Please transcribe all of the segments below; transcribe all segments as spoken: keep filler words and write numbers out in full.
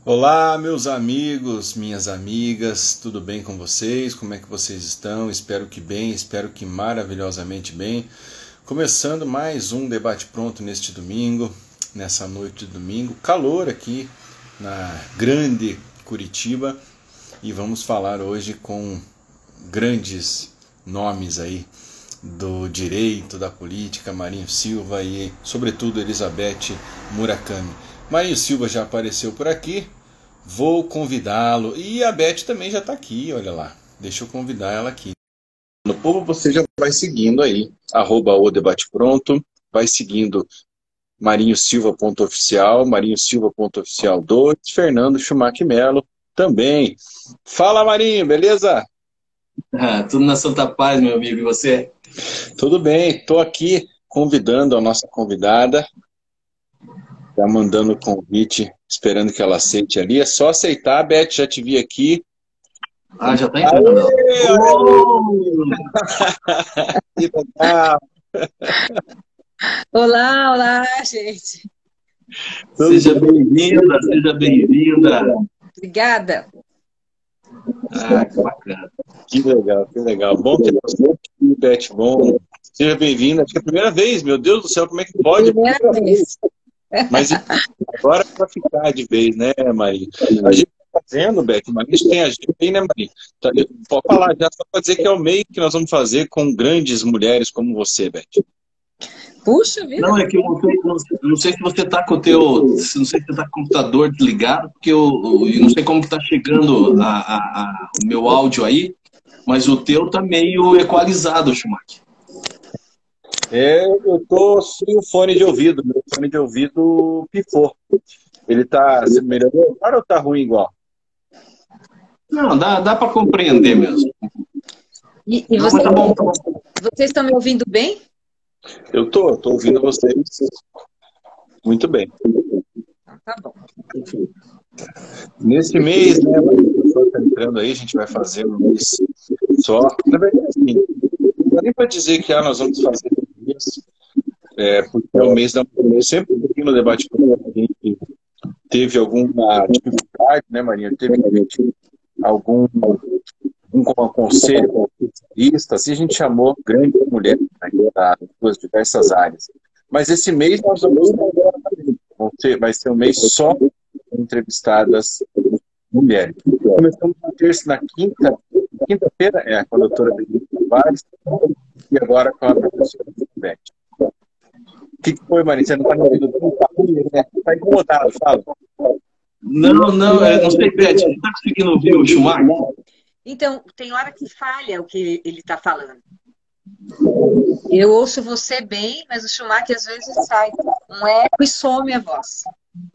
Olá, meus amigos, minhas amigas, tudo bem com vocês? Como é que vocês estão? Espero que bem, espero que maravilhosamente bem. Começando mais um debate pronto neste domingo, nessa noite de domingo, calor aqui na grande Curitiba, e vamos falar hoje com grandes nomes aí do direito, da política, Marinho Silva e, sobretudo, Elizabeth Murakami. Marinho Silva já apareceu por aqui, vou convidá-lo. E a Beth também já está aqui, olha lá. Deixa eu convidar ela aqui. No povo você já vai seguindo aí, arroba o debate pronto, vai seguindo marinho silva ponto oficial, marinho silva ponto oficial dois, Fernando Schumacher Melo também. Fala, Marinho, beleza? Ah, tudo na santa paz, meu amigo, e você? Tudo bem, estou aqui convidando a nossa convidada. Tá mandando o convite, esperando que ela aceite ali. É só aceitar, Beth, já te vi aqui. Ah, já tá entrando. Aê, oh! Que legal! Olá, olá, gente. Seja bem-vinda, seja bem-vinda. Obrigada. Ah, que bacana. Que legal, que legal. Bom ter você aqui, Beth. Bom, seja bem-vinda. Acho que é a primeira vez, meu Deus do céu, como é que pode? Primeira vez. Mas agora para ficar de vez, né, Maria? A gente está fazendo, Beck, mas a gente tem a gente aí, né, Maria? Pode falar já, só para dizer que é o meio que nós vamos fazer com grandes mulheres como você, Beck. Puxa vida. Não, é que eu não sei, não, não sei se você está com o teu. Não sei se você está com o computador desligado, porque eu, eu não sei como que está chegando a, a, a, o meu áudio aí, mas o teu tá meio equalizado, Schumacher. É, eu tô sem o fone de ouvido, meu fone de ouvido pifou. Ele tá se melhorou agora ou tá ruim igual? Não, dá, dá para compreender mesmo. E, e Não, você, tá bom, tá bom. vocês estão me ouvindo bem? Eu tô, eu tô ouvindo vocês muito bem. Tá bom. Nesse mês, né, o pessoal tá entrando aí, a gente vai fazer um mês só. Na verdade, assim, não dá nem para dizer que ah, nós vamos fazer um mês, é, porque é o mês da mulher. Sempre aqui no debate público a gente teve alguma dificuldade, né, Marinha? Teve algum, algum conselho especialista, assim a gente chamou grandes mulheres, né, das diversas áreas. Mas esse mês nós vamos ter, vai ser um mês só entrevistadas mulheres. Começamos na terça, na quinta, quinta-feira, é, com a doutora Benita Tavares, e agora com a professora Beth. O que, que foi, Marinha? Você não está me ouvindo? Está incomodado, fala. Não, não, é, não sei, Beth, você está conseguindo ouvir o Schumacher? Então, tem hora que falha o que ele está falando. Eu ouço você bem, mas o Schumacher às vezes sai um eco e some a voz.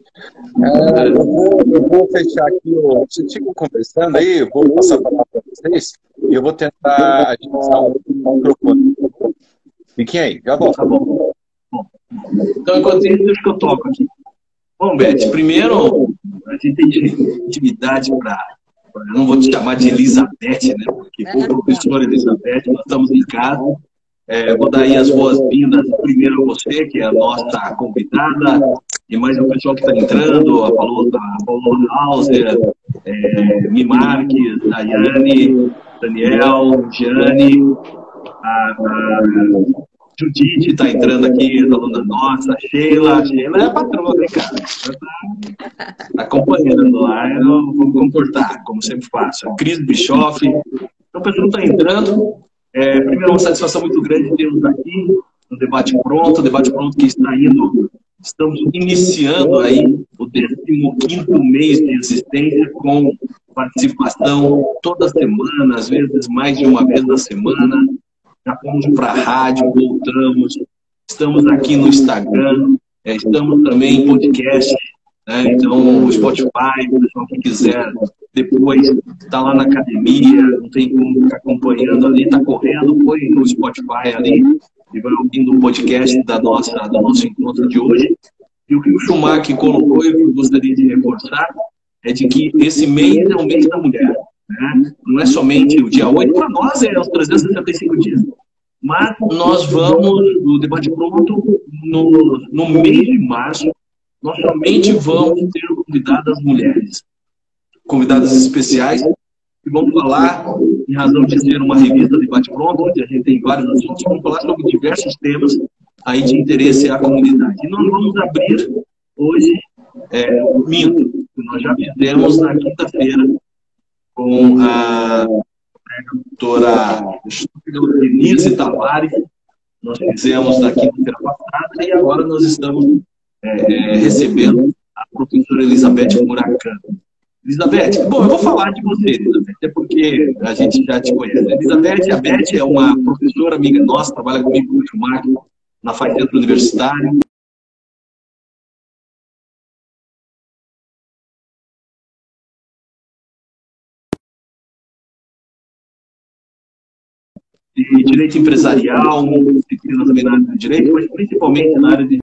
É, eu, vou, eu vou fechar aqui, o... vocês ficam conversando aí, eu vou passar a palavra para vocês e eu vou tentar agilizar um microfone. Fiquem aí, já volto. Tá bom. Então, enquanto isso, deixa que eu toco aqui. Bom, Beth, primeiro, a gente tem intimidade para... Eu não vou te chamar de Elizabeth, né? Porque foi professora Elizabeth, nós estamos em casa. É, vou dar aí as boas-vindas primeiro a você, que é a nossa convidada, e mais o pessoal que está entrando, a Paola, a Paola Hauser, é, Mi Marques, Daiane, Daniel, Gianni, a, a Judite está entrando aqui, a aluna nossa, a Sheila. A Sheila é a patroa, né, cara? Está tá acompanhando lá, eu vou me comportar, como sempre faço. A Cris Bischoff. Então, o pessoal está entrando. É, primeiro, uma satisfação muito grande termos aqui no Debate Pronto, o Debate Pronto que está indo, estamos iniciando aí o décimo quinto mês de existência com participação toda semana, às vezes mais de uma vez na semana. Já fomos para a rádio, voltamos, estamos aqui no Instagram, é, estamos também em podcast, né? Então o Spotify, o pessoal que quiser depois está lá na academia, não tem como ficar acompanhando ali, está correndo, foi no Spotify ali e vai ouvindo o podcast da nossa, do nosso encontro de hoje. E o que o Schumacher colocou e o que eu gostaria de reforçar é de que esse mês é o mês da mulher. Né? Não é somente o dia oito, para nós é os trezentos e sessenta e cinco dias. Mas nós vamos, no Debate Pronto, no, no mês de março, nós somente vamos ter convidadas mulheres, convidadas especiais, que vão falar, em razão de ser uma revista de bate-pronto, onde a gente tem vários assuntos, vamos falar sobre diversos temas aí de interesse à comunidade. E nós vamos abrir hoje é, o Minto, que nós já fizemos na quinta-feira com a doutora Denise Tavares, nós fizemos na quinta-feira passada, e agora nós estamos é, recebendo a professora Elizabeth Murakami. Elizabeth, bom, eu vou falar de você, Elizabeth, é porque a gente já te conhece. Elizabeth, a Beth é uma professora amiga nossa, trabalha comigo no Schumacher, na Faz Centro Universitário. De direito empresarial, disciplina também na área de direito, mas principalmente na área de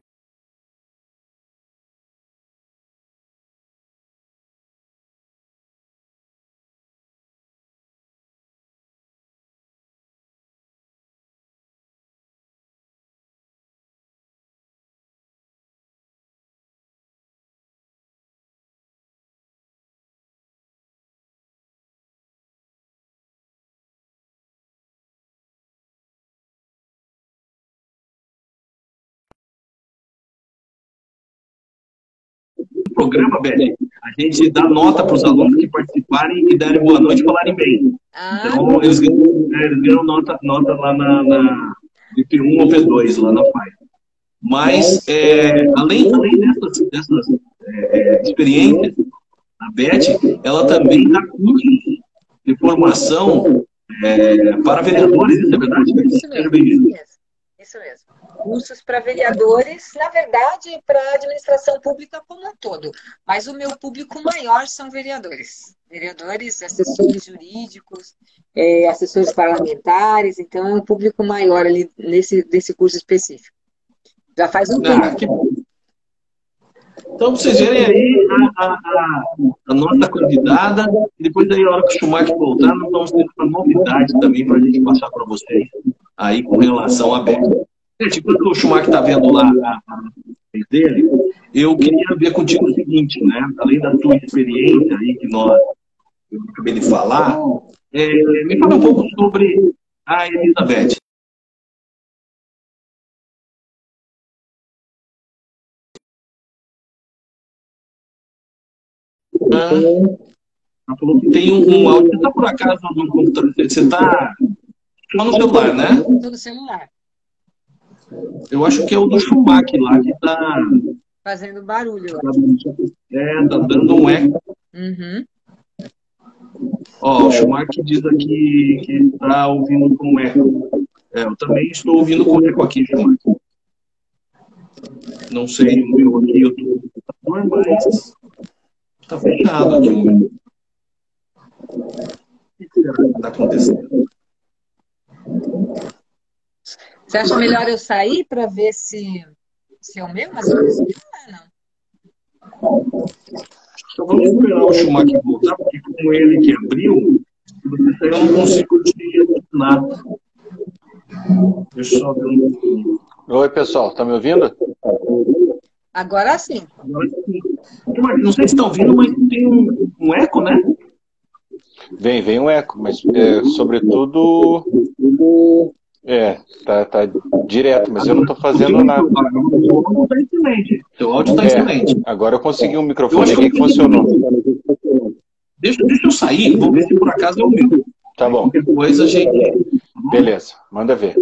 programa, Beth, a gente dá nota para os alunos que participarem e derem boa noite e falarem bem. Ah. Então, eles ganham, eles ganham nota, nota lá na, na P um ou P dois, lá na F A I. Mas, é, além, além dessas, dessas é, experiências, a Beth, ela também dá cursos de formação é, para vereadores, isso é verdade? Isso mesmo, isso mesmo. Isso mesmo. Cursos para vereadores, na verdade, para a administração pública como um todo. Mas o meu público maior são vereadores. Vereadores, assessores jurídicos, é, assessores parlamentares. Então, é um público maior ali nesse, desse curso específico. Já faz um tempo. Ah, que bom. Então, pra vocês verem aí a, a, a, a nossa convidada. E depois, aí, a hora que o Schumacher voltar, nós vamos ter uma novidade também para a gente passar para vocês aí com relação à Beth. Gente, enquanto o Schumacher está vendo lá a, a dele, eu queria ver contigo o seguinte, né? Além da tua experiência aí que nós eu acabei de falar, é, me fala um pouco sobre a Elizabeth. Ah, ela falou que tem um, um áudio. Você está por acaso no computador? Você está no celular, né? Estou no celular. Eu acho que é o do Schumacher lá que está fazendo barulho. É, está dando um eco. Uhum. Ó, o Schumacher diz aqui que está ouvindo com eco. É, eu também estou ouvindo com eco aqui, Schumacher. Não sei o meu aqui, eu estou no computador, mas está fechado aqui o meu. O que será que está acontecendo? Você acha melhor eu sair para ver se, se é o meu? Mas eu não é, não. Então vamos esperar o Schumacher voltar, porque como ele que abriu, se você sair, eu não consigo te adicionar. Deixa eu só ver um pouquinho. Oi, pessoal, tá me ouvindo? Agora sim. Agora sim. Não sei se estão ouvindo, mas tem um, um eco, né? Vem, vem um eco, mas é, sobretudo... É, tá, tá direto, mas eu não tô fazendo nada. O áudio está excelente. Seu áudio está é, excelente. Agora eu consegui um microfone aqui que funcionou. Deixa, deixa eu sair, vou ver se por acaso é o meu. Tá bom. Qualquer coisa a gente... Beleza, manda ver.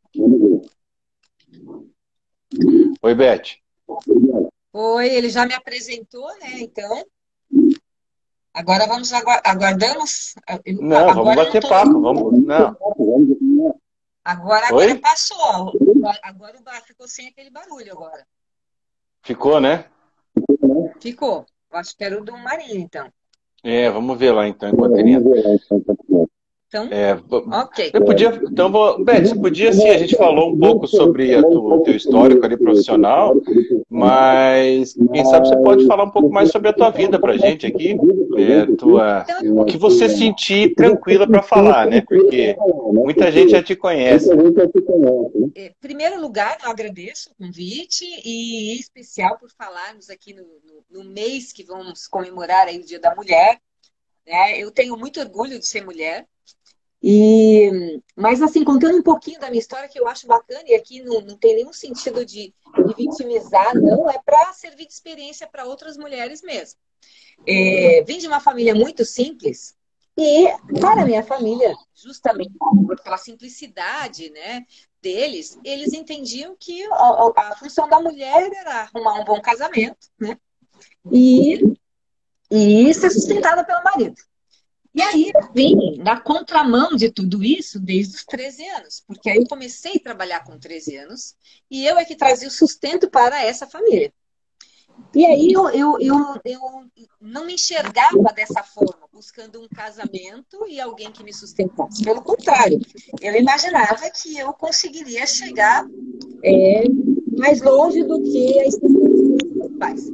Oi, Beth. Oi, ele já me apresentou, né? Então... Agora vamos agu aguardamos. Não, agora vamos bater tô... papo. Vamos... Não. Agora, agora passou. Agora o bar ficou sem aquele barulho agora. Ficou, né? Ficou. Eu acho que era o do Marinho, então. É, vamos ver lá então, enquanto ele entra. Então, é, ok. Eu podia, então, vou, Beth, você podia, sim, a gente falou um pouco sobre a tu, o teu histórico ali profissional, mas quem sabe você pode falar um pouco mais sobre a tua vida pra gente aqui, é, tua, o que você sentir tranquila para falar, né? Porque muita gente já te conhece. Em primeiro lugar, eu agradeço o convite e em especial por falarmos aqui no, no, no mês que vamos comemorar aí o Dia da Mulher, né? Eu tenho muito orgulho de ser mulher. E, mas assim, contando um pouquinho da minha história, que eu acho bacana, e aqui não, não tem nenhum sentido de, de vitimizar, não, é para servir de experiência para outras mulheres mesmo. É, vim de uma família muito simples, e para a minha família, justamente pela simplicidade, né, deles, eles entendiam que a, a função da mulher era arrumar um bom casamento, né, e, e ser sustentada pelo marido. E aí eu vim na contramão de tudo isso desde os treze anos, porque aí eu comecei a trabalhar com treze anos e eu é que trazia o sustento para essa família. E aí eu, eu, eu, eu não me enxergava dessa forma, buscando um casamento e alguém que me sustentasse. Pelo contrário, eu imaginava que eu conseguiria chegar é, mais longe do que a expectativa dos meus pais.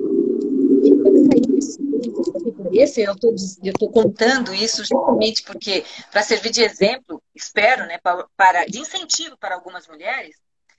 Esse, eu estou contando isso justamente porque, para servir de exemplo, espero, né, para, para, de incentivo para algumas mulheres,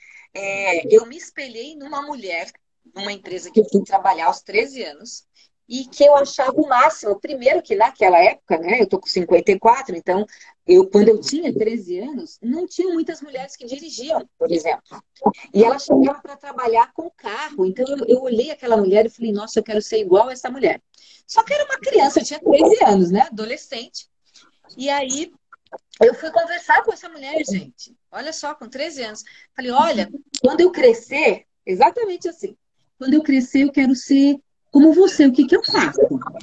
é, eu me espelhei numa mulher, numa empresa que eu fui trabalhar aos treze anos, e que eu achava o máximo. Primeiro que naquela época, né, eu estou com cinquenta e quatro, então, eu, quando eu tinha treze anos, não tinha muitas mulheres que dirigiam, por exemplo. E ela chegava para trabalhar com carro. Então, eu, eu olhei aquela mulher e falei, nossa, eu quero ser igual a essa mulher. Só que era uma criança, eu tinha treze anos, né, adolescente. E aí, eu fui conversar com essa mulher, gente. Olha só, com treze anos. Falei, olha, quando eu crescer, exatamente assim, quando eu crescer, eu quero ser como você, o que, que eu faço?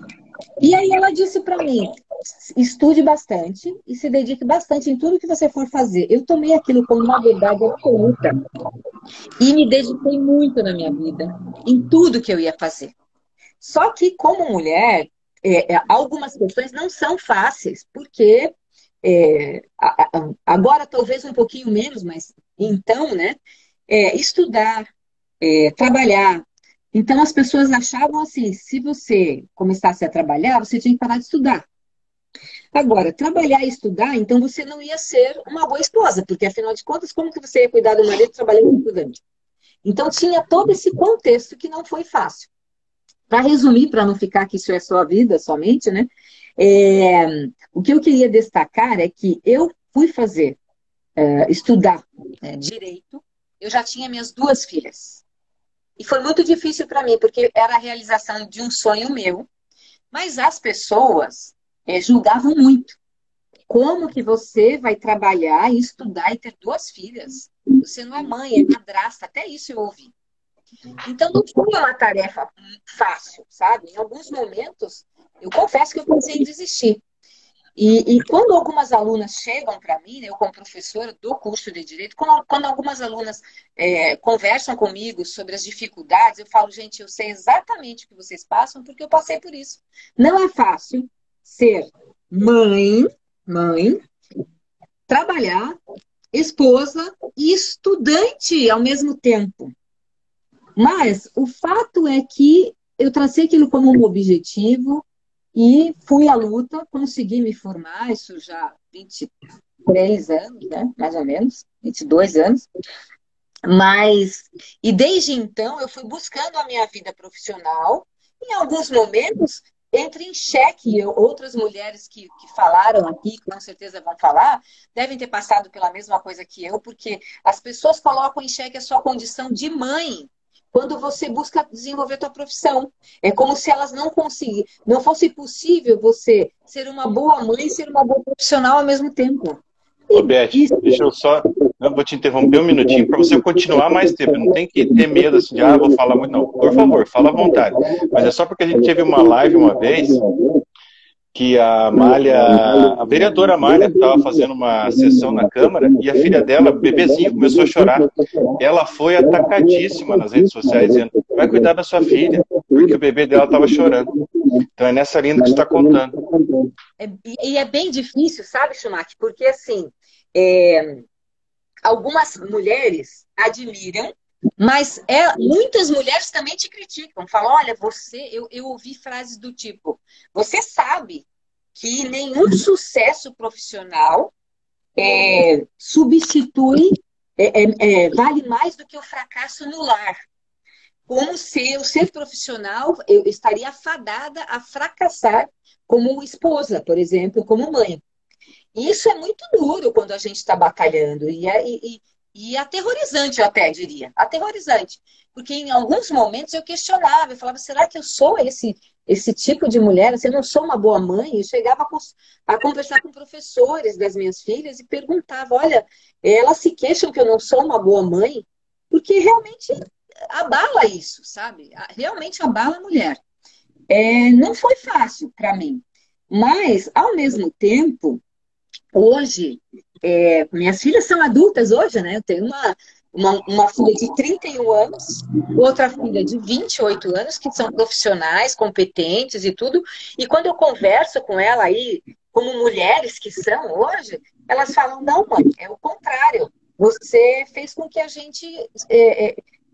E aí ela disse para mim, estude bastante e se dedique bastante em tudo que você for fazer. Eu tomei aquilo como uma verdade absoluta e me dediquei muito na minha vida, em tudo que eu ia fazer. Só que, como mulher, é, é, algumas questões não são fáceis, porque é, agora talvez um pouquinho menos, mas então, né, é, estudar, é, trabalhar. Então, as pessoas achavam assim, se você começasse a trabalhar, você tinha que parar de estudar. Agora, trabalhar e estudar, então você não ia ser uma boa esposa, porque, afinal de contas, como que você ia cuidar do marido trabalhando e estudando? Então, tinha todo esse contexto que não foi fácil. Para resumir, para não ficar que isso é só a vida, somente, né? É, o que eu queria destacar é que eu fui fazer, é, estudar é, direito, eu já tinha minhas duas filhas. E foi muito difícil para mim, porque era a realização de um sonho meu. Mas as pessoas é, julgavam muito. Como que você vai trabalhar e estudar e ter duas filhas? Você não é mãe, é madrasta. Até isso eu ouvi. Então não foi uma tarefa fácil, sabe? Em alguns momentos, eu confesso que eu pensei em desistir. E, e quando algumas alunas chegam para mim, né, eu como professora do curso de Direito, quando, quando algumas alunas é, conversam comigo sobre as dificuldades, eu falo, gente, eu sei exatamente o que vocês passam, porque eu passei por isso. Não é fácil ser mãe, mãe, trabalhar, esposa e estudante ao mesmo tempo. Mas o fato é que eu tracei aquilo como um objetivo, e fui à luta, consegui me formar, isso já há vinte e três anos, né? Mais ou menos, vinte e dois anos. Mas, e desde então, eu fui buscando a minha vida profissional. Em alguns momentos, entre em xeque. Eu, outras mulheres que, que falaram aqui, que com certeza vão falar, devem ter passado pela mesma coisa que eu, porque as pessoas colocam em xeque a sua condição de mãe quando você busca desenvolver a tua profissão. É como se elas não conseguissem, não fosse possível você ser uma boa mãe e ser uma boa profissional ao mesmo tempo. Ô, Beth, deixa eu só, eu vou te interromper um minutinho para você continuar mais tempo. Não tem que ter medo assim de, ah, vou falar muito, não. Por favor, fala à vontade. Mas é só porque a gente teve uma live uma vez que a Amália, a vereadora Amália estava fazendo uma sessão na Câmara e a filha dela, bebezinha, começou a chorar. Ela foi atacadíssima nas redes sociais, dizendo, vai cuidar da sua filha, porque o bebê dela estava chorando. Então é nessa linha que você está contando. É, e é bem difícil, sabe, Schumacher? Porque, assim, é, algumas mulheres admiram Mas é, muitas mulheres também te criticam. Falam, olha, você... Eu, eu ouvi frases do tipo, você sabe que nenhum sucesso profissional é, substitui, é, é, é, vale mais do que o fracasso no lar. Como se eu ser profissional, eu estaria afadada a fracassar como esposa, por exemplo, como mãe. E isso é muito duro quando a gente está batalhando. E, é, e, e aterrorizante, eu até diria. Aterrorizante. Porque em alguns momentos eu questionava, eu falava, será que eu sou esse, esse tipo de mulher? Se eu não sou uma boa mãe? Eu chegava a, a conversar com professores das minhas filhas e perguntava, olha, elas se queixam que eu não sou uma boa mãe? Porque realmente abala isso, sabe? Realmente abala a mulher. É, não foi fácil para mim. Mas, ao mesmo tempo, hoje, é, minhas filhas são adultas hoje, né? Eu tenho uma, uma, uma filha de trinta e um anos, outra filha de vinte e oito anos, que são profissionais, competentes e tudo. E quando eu converso com ela aí, como mulheres que são hoje, elas falam, não, mãe, é o contrário. Você fez com que a gente é, é,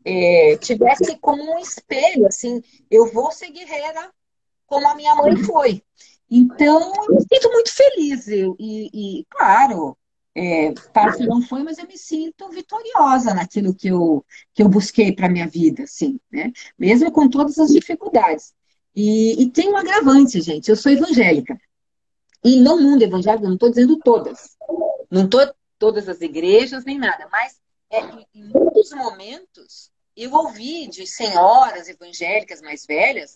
é, tivesse como um espelho, assim, eu vou ser guerreira como a minha mãe foi. Então, eu me sinto muito feliz. Eu, e, e, claro, é, fácil não foi, mas eu me sinto vitoriosa naquilo que eu, que eu busquei para a minha vida, assim, né? Mesmo com todas as dificuldades. E, e tem um agravante, gente. Eu sou evangélica. E no mundo evangélico, não estou dizendo todas. Não estou todas as igrejas, nem nada. Mas é, em muitos momentos, eu ouvi de senhoras evangélicas mais velhas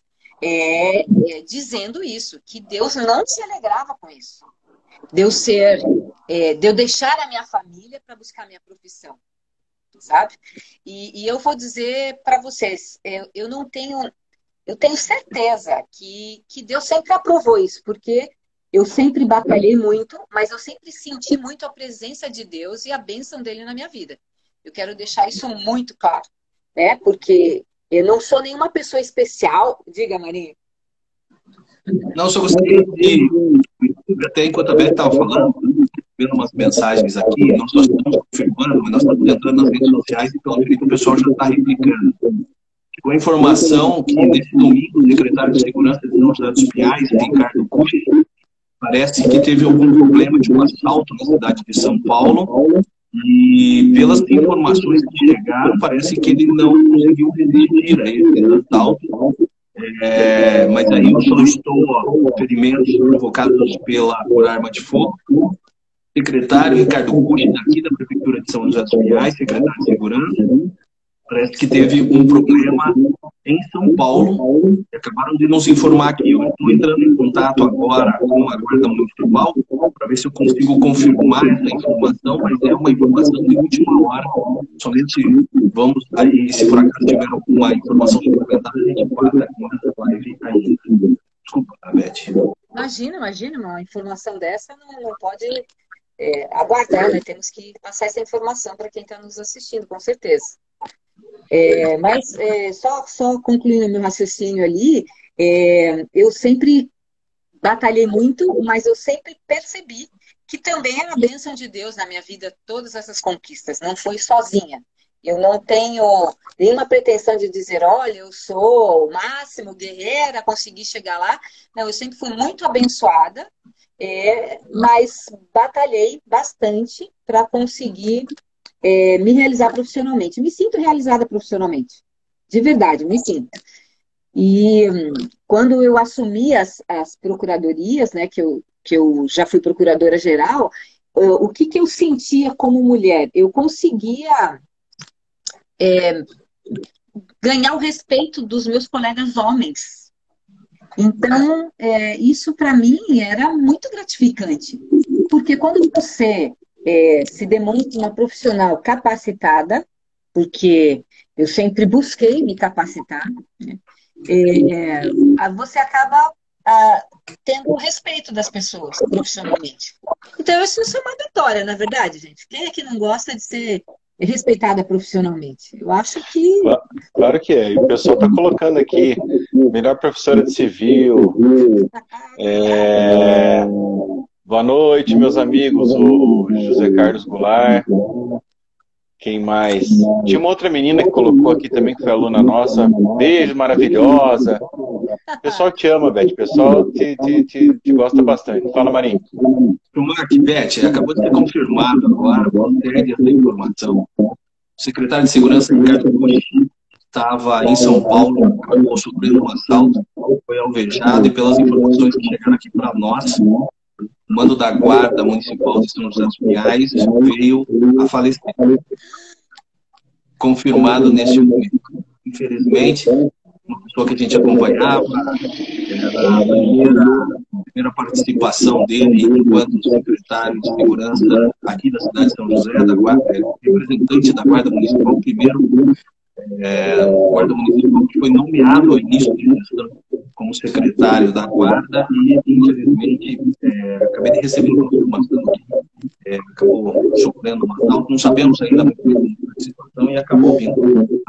É, é, dizendo isso, que Deus não se alegrava com isso. De eu ser, é, de eu deixar a minha família para buscar a minha profissão, sabe? E, e eu vou dizer para vocês, eu, eu não tenho, eu tenho certeza que, que Deus sempre aprovou isso, porque eu sempre batalhei muito, mas eu sempre senti muito a presença de Deus e a bênção dele na minha vida. Eu quero deixar isso muito claro, né? Porque eu não sou nenhuma pessoa especial. Diga, Marinho. Não, só gostaria de, até enquanto a Beth estava falando, vendo umas mensagens aqui, nós só estamos confirmando, mas nós estamos entrando nas redes sociais, então acredito que o pessoal já está replicando. Com a informação que nesse domingo o secretário de Segurança de São José dos Pinhais, Ricardo Cuxi, parece que teve algum problema de um assalto na cidade de São Paulo. E pelas informações que chegaram, parece que ele não conseguiu resistir a esse assalto. É, mas aí eu solicitou ferimentos provocados pela, por arma de fogo. O secretário Ricardo Cuxi, daqui da Prefeitura de São José dos Pinhais, secretário de Segurança, parece que teve um problema em São Paulo. E acabaram de nos informar que eu estou entrando em contato agora com a Guarda Municipal para ver se eu consigo confirmar essa informação, mas é uma informação de última hora. Somente vamos aí, se por acaso tiver alguma informação suplementar, a gente guarda aqui nessa live ainda. Desculpa, Beth. Imagina, imagina, uma informação dessa não, não pode é, aguardar, né? Temos que passar essa informação para quem está nos assistindo, com certeza. É, mas é, só, só concluindo meu raciocínio ali, é, eu sempre batalhei muito, mas eu sempre percebi que também era a bênção de Deus na minha vida, todas essas conquistas, não foi sozinha. Eu não tenho nenhuma pretensão de dizer, olha, eu sou o máximo, guerreira, consegui chegar lá. Não, eu sempre fui muito abençoada, é, mas batalhei bastante para conseguir É, me realizar profissionalmente. Me sinto realizada profissionalmente. De verdade, me sinto. E hum, quando eu assumi as, as procuradorias, né, que eu, que eu já fui procuradora-geral, uh, o que, que eu sentia como mulher? Eu conseguia é, ganhar o respeito dos meus colegas homens. Então, é, isso para mim era muito gratificante. Porque quando você É, se demonstra uma profissional capacitada, porque eu sempre busquei me capacitar, né? É, você acaba ah, tendo o respeito das pessoas profissionalmente. Então, isso é uma vitória, na verdade, gente. Quem é que não gosta de ser respeitada profissionalmente? Eu acho que... Claro que é. E o pessoal está colocando aqui, melhor professora de civil, é... Boa noite, meus amigos, o José Carlos Goulart. Quem mais? Tinha uma outra menina que colocou aqui também, que foi aluna nossa. Beijo, maravilhosa. O pessoal te ama, Beth. O pessoal te, te, te, te gosta bastante. Fala, Marinho. Mark, Beth, acabou de ser confirmado agora, procede essa informação. O secretário de Segurança, Ricardo Cunha, estava em São Paulo, acabou sofrendo um assalto, foi alvejado, e pelas informações que chegaram aqui para nós, o mando da Guarda Municipal de São José dos Pinhais veio a falecer. Confirmado neste momento. Infelizmente, uma pessoa que a gente acompanhava, era a primeira, a primeira participação dele enquanto secretário de Segurança aqui da cidade de São José, da Guarda, representante da Guarda Municipal, o primeiro é, Guarda Municipal que foi nomeado ao início de gestão como secretário da Guarda, e infelizmente é, acabei de receber informação que é, acabou sofrendo um assalto, não sabemos ainda muito bem da situação, e acabou vindo.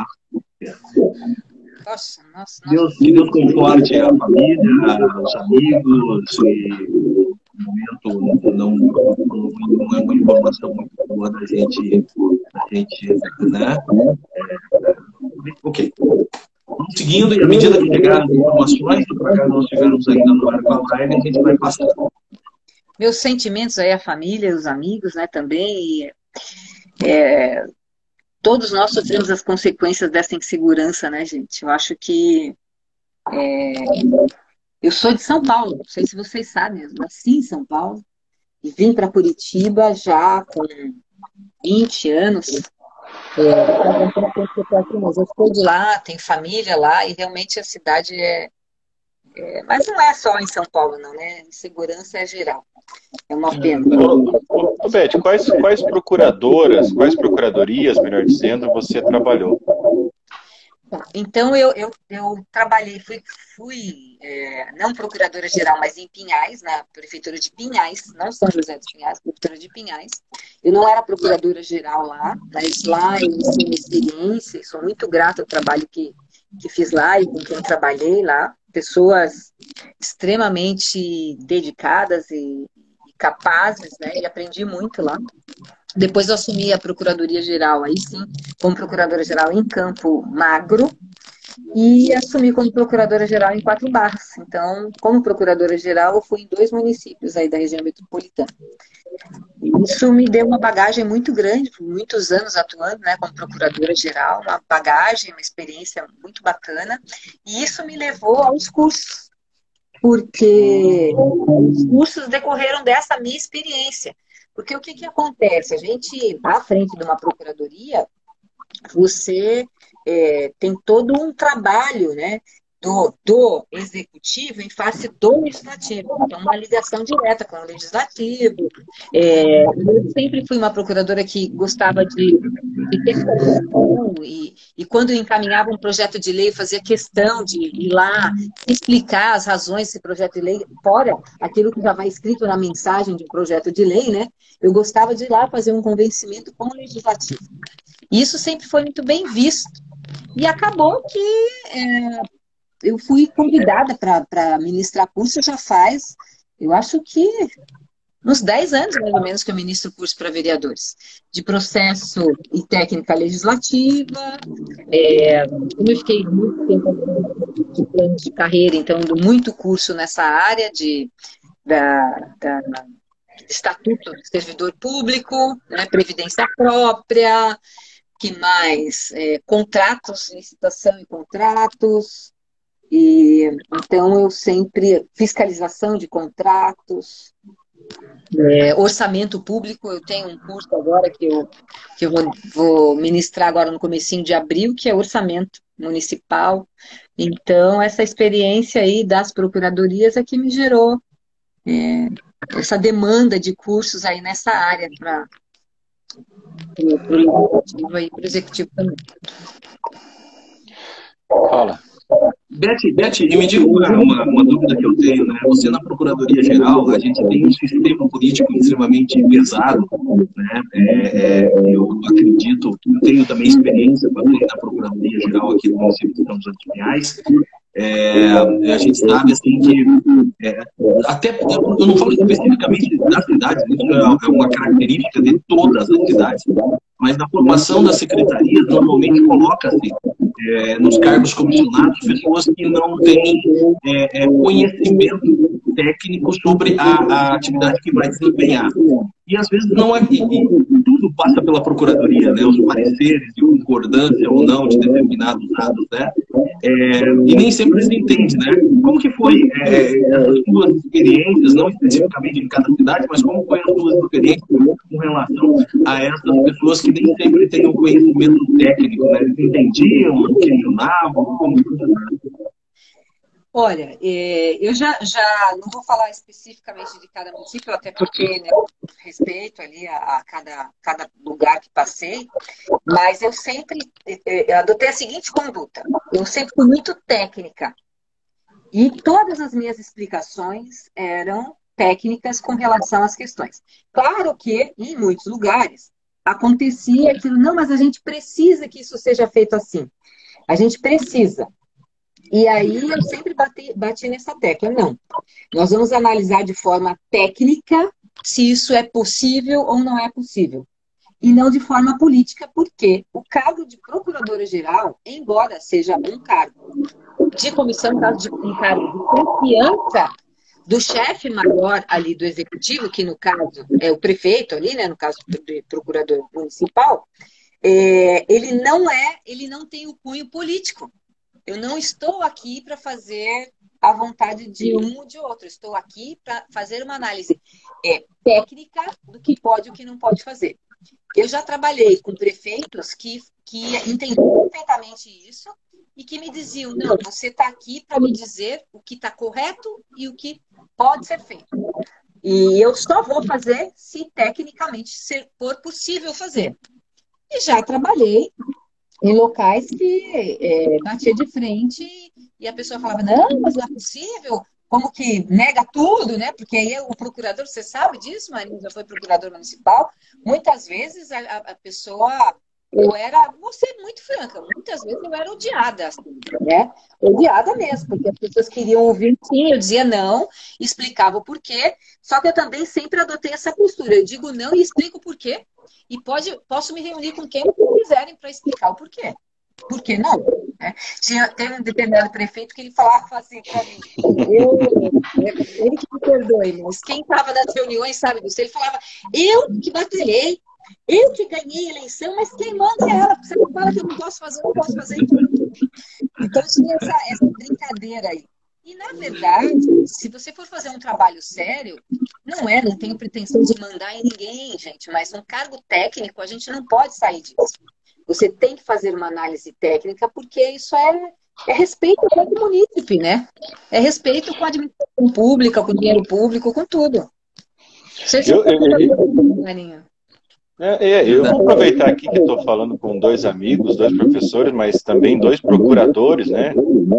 Nossa, nossa, nossa. Deus, que Deus conforte a família, os amigos, e no momento não, não, não é uma informação muito boa da gente, da gente, né? É, ok. Vamos seguindo, e à medida que chegar as informações, para cá nós estivermos ainda no ar com a live, a gente vai passando. Meus sentimentos aí à família, os amigos, né, também. E, é, todos nós sofremos as consequências dessa insegurança, né, gente? Eu acho que... É, eu sou de São Paulo, não sei se vocês sabem, eu nasci em São Paulo e vim para Curitiba já com vinte anos. É, mas eu estou de lá, tenho família lá, e realmente a cidade é, é... Mas não é só em São Paulo, não, né? Insegurança é geral. É uma pena. Ô, ô, ô, Beth, quais, quais procuradoras, quais procuradorias, melhor dizendo, você trabalhou? Então, eu, eu, eu trabalhei, fui, fui é, não procuradora-geral, mas em Pinhais, na prefeitura de Pinhais, não São José dos Pinhais, prefeitura de Pinhais. Eu não era procuradora-geral lá, mas lá eu iniciei minha experiência, e sou muito grata ao trabalho que, que fiz lá e com quem trabalhei lá. Pessoas extremamente dedicadas e, e capazes, né? E aprendi muito lá. Depois eu assumi a Procuradoria-Geral, aí sim, como Procuradora-Geral em Campo Magro, e assumi como Procuradora-Geral em Quatro Barras. Então, como Procuradora-Geral, eu fui em dois municípios aí da região metropolitana. Isso me deu uma bagagem muito grande, muitos anos atuando, né, como Procuradora-Geral, uma bagagem, uma experiência muito bacana, e isso me levou aos cursos, porque os cursos decorreram dessa minha experiência. Porque o que, que acontece? A gente, à frente de uma procuradoria, você é, tem todo um trabalho, né, do, do executivo em face do legislativo. Então, uma ligação direta com o legislativo. É, eu sempre fui uma procuradora que gostava de, de questão, e, e quando encaminhava um projeto de lei, fazia questão de ir lá explicar as razões desse projeto de lei, fora aquilo que já vai escrito na mensagem de um projeto de lei, né? Eu gostava de ir lá fazer um convencimento com o legislativo. E isso sempre foi muito bem visto. E acabou que é, eu fui convidada para ministrar curso já faz, eu acho que uns dez anos, mais ou menos, que eu ministro curso para vereadores, de processo e técnica legislativa. É, eu fiquei muito tempo de planos de carreira, então, dou muito curso nessa área de, da, da Estatuto do Servidor Público, né, Previdência Própria, que mais? É, contratos, licitação e contratos. E, então, eu sempre... Fiscalização de contratos, é, orçamento público. Eu tenho um curso agora que eu, que eu vou, vou ministrar agora no comecinho de abril, que é orçamento municipal. Então, essa experiência aí das procuradorias é que me gerou é, essa demanda de cursos aí nessa área para o legislativo e para o executivo também. Fala. Beth, Beth, e me diga uma, uma, uma dúvida que eu tenho, né? Você na Procuradoria-Geral, a gente tem um sistema político extremamente pesado, né? É, é, eu acredito, eu tenho também experiência na Procuradoria-Geral aqui no município de São José dos Pinhais. É, a gente sabe assim que é, até eu não falo especificamente das cidades, isso é uma característica de todas as cidades. mas na formação das secretarias normalmente coloca-se é, nos cargos comissionados pessoas que não têm é, é, conhecimento técnico sobre a, a atividade que vai desempenhar. E às vezes não é, e, e tudo passa pela procuradoria, né? Os pareceres de concordância ou não de determinados atos, né? É, e nem sempre se entende, né? Como que foi é, as suas experiências, não especificamente em cada cidade, mas como foi as suas experiências com relação a essas pessoas que nem sempre têm o conhecimento técnico, né? Eles entendiam, questionavam, como... Olha, eu já, já não vou falar especificamente de cada município, até porque, né, eu respeito ali a, a cada, cada lugar que passei, mas eu sempre eu adotei a seguinte conduta. Eu sempre fui muito técnica. E todas as minhas explicações eram técnicas com relação às questões. Claro que, em muitos lugares, acontecia aquilo, não, mas a gente precisa que isso seja feito assim. A gente precisa. E aí eu sempre bati, bati nessa tecla. Não, nós vamos analisar de forma técnica se isso é possível ou não é possível. E não de forma política, porque o cargo de procuradora-geral, embora seja um cargo de comissão, um cargo de, um cargo de confiança do chefe maior ali do executivo, que no caso é o prefeito ali, né, no caso do procurador municipal, é, ele não é, ele não tem o cunho político. Eu não estou aqui para fazer a vontade de um ou de outro. Estou aqui para fazer uma análise é, técnica do que pode e o que não pode fazer. Eu já trabalhei com prefeitos que, que entendiam perfeitamente isso e que me diziam, não, você está aqui para me dizer o que está correto e o que pode ser feito. E eu só vou fazer se tecnicamente for possível fazer. E já trabalhei em locais que é, batia de frente e a pessoa falava, não, mas não é possível, como que nega tudo, né? Porque aí o procurador, você sabe disso, Marinho, já foi procurador municipal, muitas vezes a, a pessoa, eu era, vou ser muito franca, muitas vezes eu era odiada, assim, né? Odiada mesmo, porque as pessoas queriam ouvir sim, eu dizia não, explicava o porquê, só que eu também sempre adotei essa postura, eu digo não e explico o porquê. E pode, posso me reunir com quem quiserem para explicar o porquê. Por que não? É. Tinha, teve um determinado prefeito que ele falava assim para mim, eu, ele que me perdoe, mas quem estava nas reuniões sabe disso. Ele falava, eu que batalhei, eu que ganhei a eleição, mas quem manda é ela, porque você não fala que eu não posso fazer, eu não posso fazer tudo. Então tinha essa, essa brincadeira aí. E, na verdade, se você for fazer um trabalho sério, não é, não tenho pretensão de mandar em ninguém, gente, mas um cargo técnico, a gente não pode sair disso. Você tem que fazer uma análise técnica, porque isso é, é respeito com o munícipe, né? É respeito com a administração pública, com o dinheiro público, com tudo. Você eu, eu, eu, é, é, eu vou aproveitar aqui que estou falando com dois amigos, dois professores, mas também dois procuradores, né?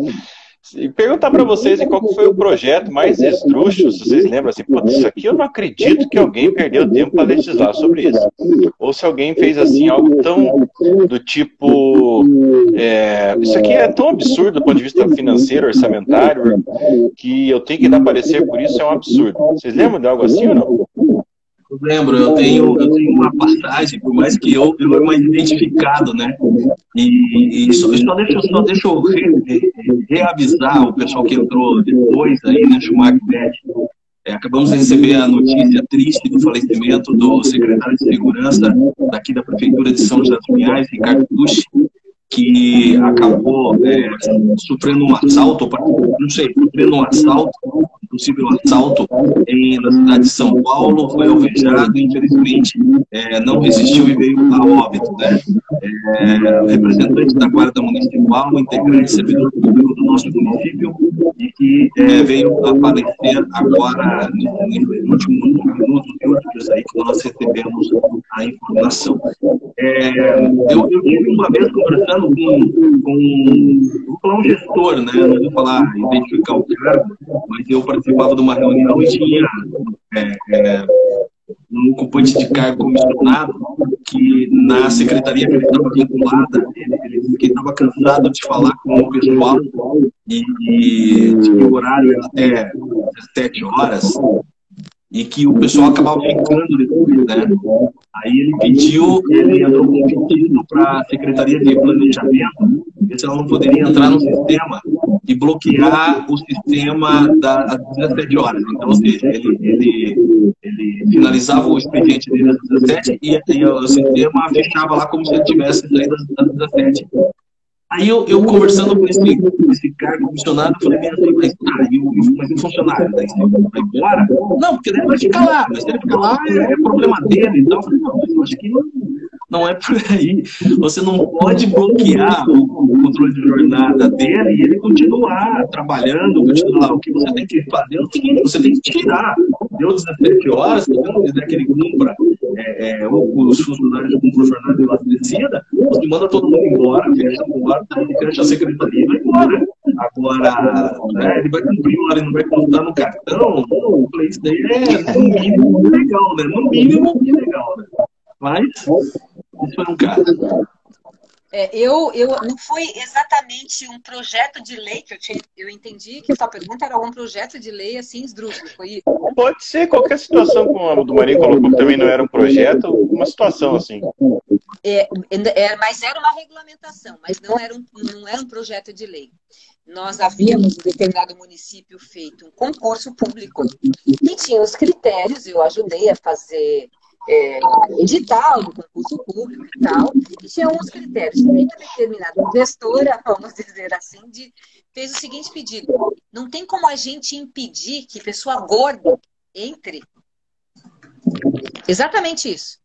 E perguntar para vocês qual foi o projeto mais esdrúxulo, se vocês lembram assim, pô, isso aqui eu não acredito que alguém perdeu tempo para legislar sobre isso. Ou se alguém fez assim algo tão do tipo, é, isso aqui é tão absurdo do ponto de vista financeiro, orçamentário, que eu tenho que dar parecer por isso, é um absurdo. Vocês lembram de algo assim ou não? Eu lembro, eu tenho, eu tenho uma passagem, por mais que eu, eu é mais identificado, né? E, e só, só deixa, só deixa eu re, re, reavisar o pessoal que entrou depois aí, né, Schumacher Beth. É, acabamos de receber a notícia triste do falecimento do secretário de Segurança daqui da Prefeitura de São José dos Pinhais, Ricardo Tucci, que acabou é, sofrendo um assalto, não sei, sofrendo um assalto, possível assalto em, na cidade de São Paulo, foi alvejado e infelizmente é, não resistiu e veio a óbito, né? É, representante da Guarda Municipal, integrante servidor público do nosso município e que é, veio a falecer agora nos últimos minutos e últimos aí que nós recebemos a informação. É, eu, eu tive uma vez conversando com, com, com um gestor, né? Não vou falar, identificar o cargo, mas eu participava de uma reunião e tinha é, é, um ocupante de cargo comissionado que na secretaria que ele estava vinculada, ele, ele disse que estava cansado de falar com o pessoal e, e tinha horário até dezessete horas. e que o pessoal acabava ficando depois, né? Aí ele pediu, ele entrou com um pedido para a Secretaria de Planejamento, ver se ela não poderia entrar no sistema e bloquear o sistema das dezessete horas. Então, ou seja, ele, ele, ele finalizava o expediente dele às dezessete e, e o sistema fechava lá como se ele tivesse saído às dezessete. Aí eu, eu conversando com esse, com esse cara comissionado, eu falei, assim, mas, ah, e o, mas o funcionário, daí você vai embora? Não, porque ele vai ficar lá, mas se ele ficar lá é, é problema dele. Então eu falei, não, eu acho que não, não é por aí. Você não pode bloquear o, o controle de jornada dele e ele continuar trabalhando, continuar lá. O que você tem que fazer é o seguinte, você tem que tirar. Deu dezessete horas, se você não quiser que ele cumpra, é, é, os funcionários cumprem a jornada lá de descida, você manda todo mundo embora, fecha embora, fecha a secretaria e vai embora. Agora, né, ele vai cumprir uma hora, ele não vai contar no cartão. Eu falei, isso daí é no mínimo ilegal, né? No mínimo ilegal, né? Mas, isso foi um caso. É, eu, eu, não foi exatamente um projeto de lei que eu tinha. Eu entendi que a sua pergunta era algum projeto de lei assim, esdrúxulo, foi isso? Pode ser qualquer situação, como a do Marinho colocou, que também não era um projeto, uma situação assim. É, é, mas era uma regulamentação, mas não era, um, não era um projeto de lei. Nós havíamos, em determinado município, feito um concurso público e tinha os critérios, eu ajudei a fazer. É, edital do concurso público e tal, e tinha uns critérios. E aí, uma determinada gestora, vamos dizer assim, de, fez o seguinte pedido: não tem como a gente impedir que pessoa gorda entre. Exatamente isso.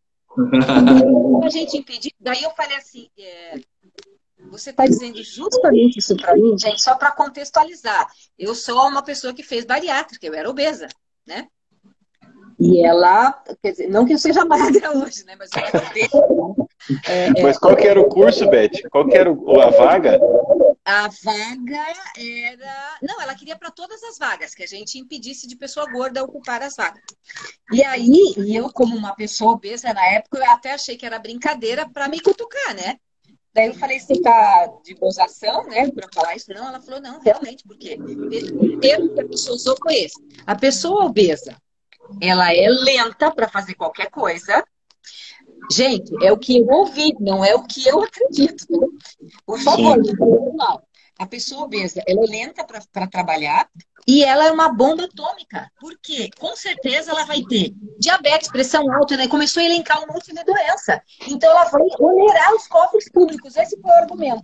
A gente impedir. Daí eu falei assim: é, você está dizendo justamente isso para mim, gente, só para contextualizar. Eu sou uma pessoa que fez bariátrica, eu era obesa, né? E ela, quer dizer, não que eu seja magra hoje, né? Mas eu era obesa. É, mas qual que era o curso, Beth? Qual que era o, a vaga? A vaga era... Não, ela queria para todas as vagas, que a gente impedisse de pessoa gorda ocupar as vagas. E aí, e eu como uma pessoa obesa na época, eu até achei que era brincadeira para me cutucar, né? Daí eu falei, você tá de gozação, né, para falar isso? Não, ela falou, não, realmente, porque o termo que a pessoa usou foi esse. A pessoa obesa, ela é lenta para fazer qualquer coisa. Gente, é o que eu ouvi, não é o que eu acredito. Por favor, não. A pessoa obesa, ela é lenta para trabalhar e ela é uma bomba atômica. Por quê? Com certeza ela vai ter diabetes, pressão alta, né? Começou a elencar um monte de doença. Então ela vai onerar os cofres públicos. Esse foi o argumento.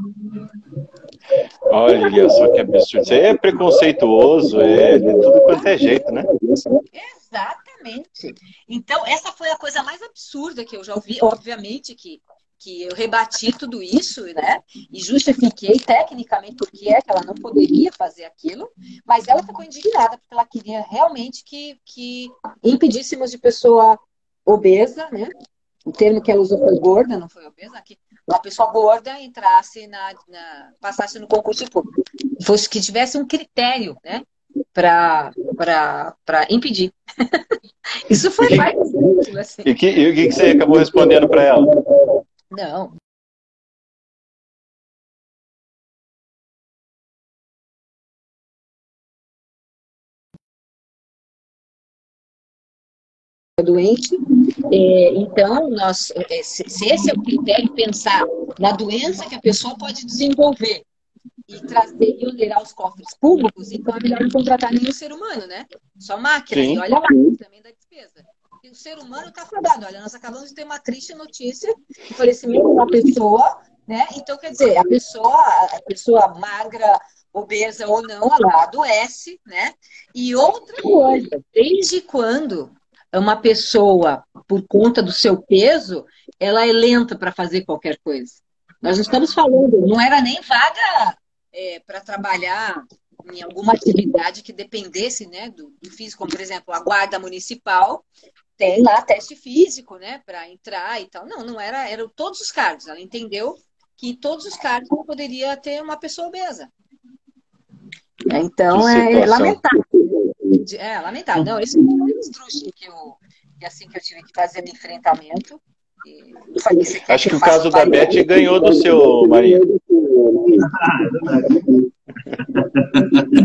Olha só que absurdo. Isso aí é preconceituoso, é de tudo quanto é jeito, né? Exatamente. Então, essa foi a coisa mais absurda que eu já ouvi. Obviamente que, que eu rebati tudo isso, né? E justifiquei tecnicamente porque é que ela não poderia fazer aquilo, mas ela ficou indignada porque ela queria realmente que, que impedíssemos de pessoa obesa, né? O termo que ela usou foi gorda, não foi obesa, que uma pessoa gorda entrasse na, na passasse no concurso público, fosse que tivesse um critério, né, para para impedir. Isso foi mais assim. E, que, e o que você acabou respondendo para ela? Não. Doente, é, então nós, é, se, se esse é o critério, pensar na doença que a pessoa pode desenvolver e trazer e onerar os cofres públicos, então é melhor não contratar nenhum ser humano, né? Só máquina. Sim. E olha lá, também dá despesa. E o ser humano está fadado. Olha, nós acabamos de ter uma triste notícia de falecimento de uma pessoa, né? Então, quer dizer, a pessoa, a pessoa magra, obesa ou não, ela adoece, né? E outra coisa, desde quando uma pessoa, por conta do seu peso, ela é lenta para fazer qualquer coisa? Nós não estamos falando, não era nem vaga é, para trabalhar em alguma atividade que dependesse, né, do, do físico, como, por exemplo, a guarda municipal tem lá teste físico, né, para entrar e tal. Não, não era, eram todos os cargos. Ela entendeu que todos os cargos não poderia ter uma pessoa obesa. Então, é lamentável. É, lamentável. Não, esse foi o mais esdrúxulo que eu, que, assim, que eu tive que fazer no enfrentamento. E falei, acho que, que o caso da Beth ganhou do seu marido.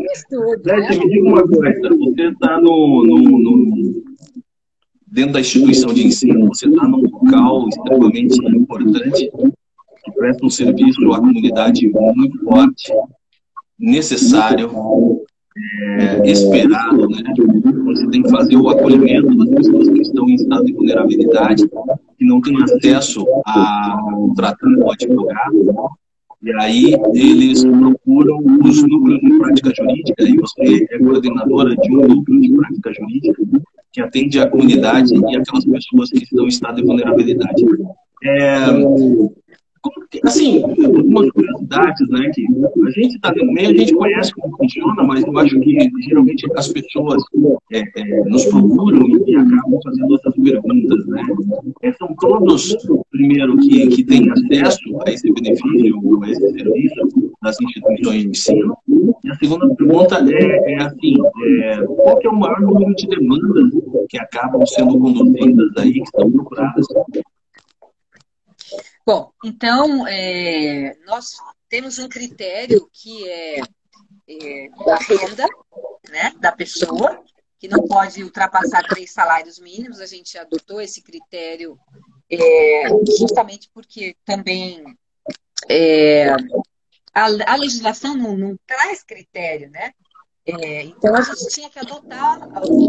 estudo. Beth, Né? me diga uma coisa, você está no, no, no, dentro da instituição de ensino, você está num local extremamente importante, que presta um serviço à comunidade muito forte, necessário, é, esperado, né? Você tem que fazer o acolhimento das pessoas que estão em estado de vulnerabilidade, que não têm acesso a um tratado ou advogado, e aí eles procuram os núcleos de prática jurídica, e você é coordenadora de um núcleo de prática jurídica que atende a comunidade e aquelas pessoas que estão em estado de vulnerabilidade. É, assim, algumas curiosidades, né, que a gente está no meio, a gente conhece como funciona, mas eu acho que geralmente as pessoas é, é, nos procuram e acabam fazendo outras perguntas, né? É, são todos, primeiro, que, que têm acesso a esse benefício, a esse serviço das instituições de ensino. E a segunda pergunta é, é assim, é, qual que é o maior número de demandas que acabam sendo conduzidas aí, que estão procuradas? Bom, então, é, nós temos um critério que é, é da renda, né, da pessoa, que não pode ultrapassar três salários mínimos. A gente adotou esse critério é, justamente porque também é, a, a legislação não, não traz critério, né? É, então, a gente tinha que adotar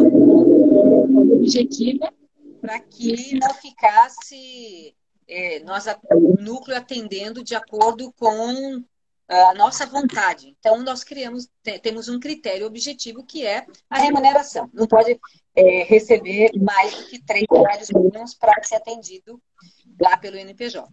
o objetivo para que não ficasse... É, nós, o núcleo atendendo de acordo com a nossa vontade. Então, nós criamos, temos um critério objetivo que é a remuneração. Não pode é, receber mais do que três salários mínimos para ser atendido lá pelo N P J.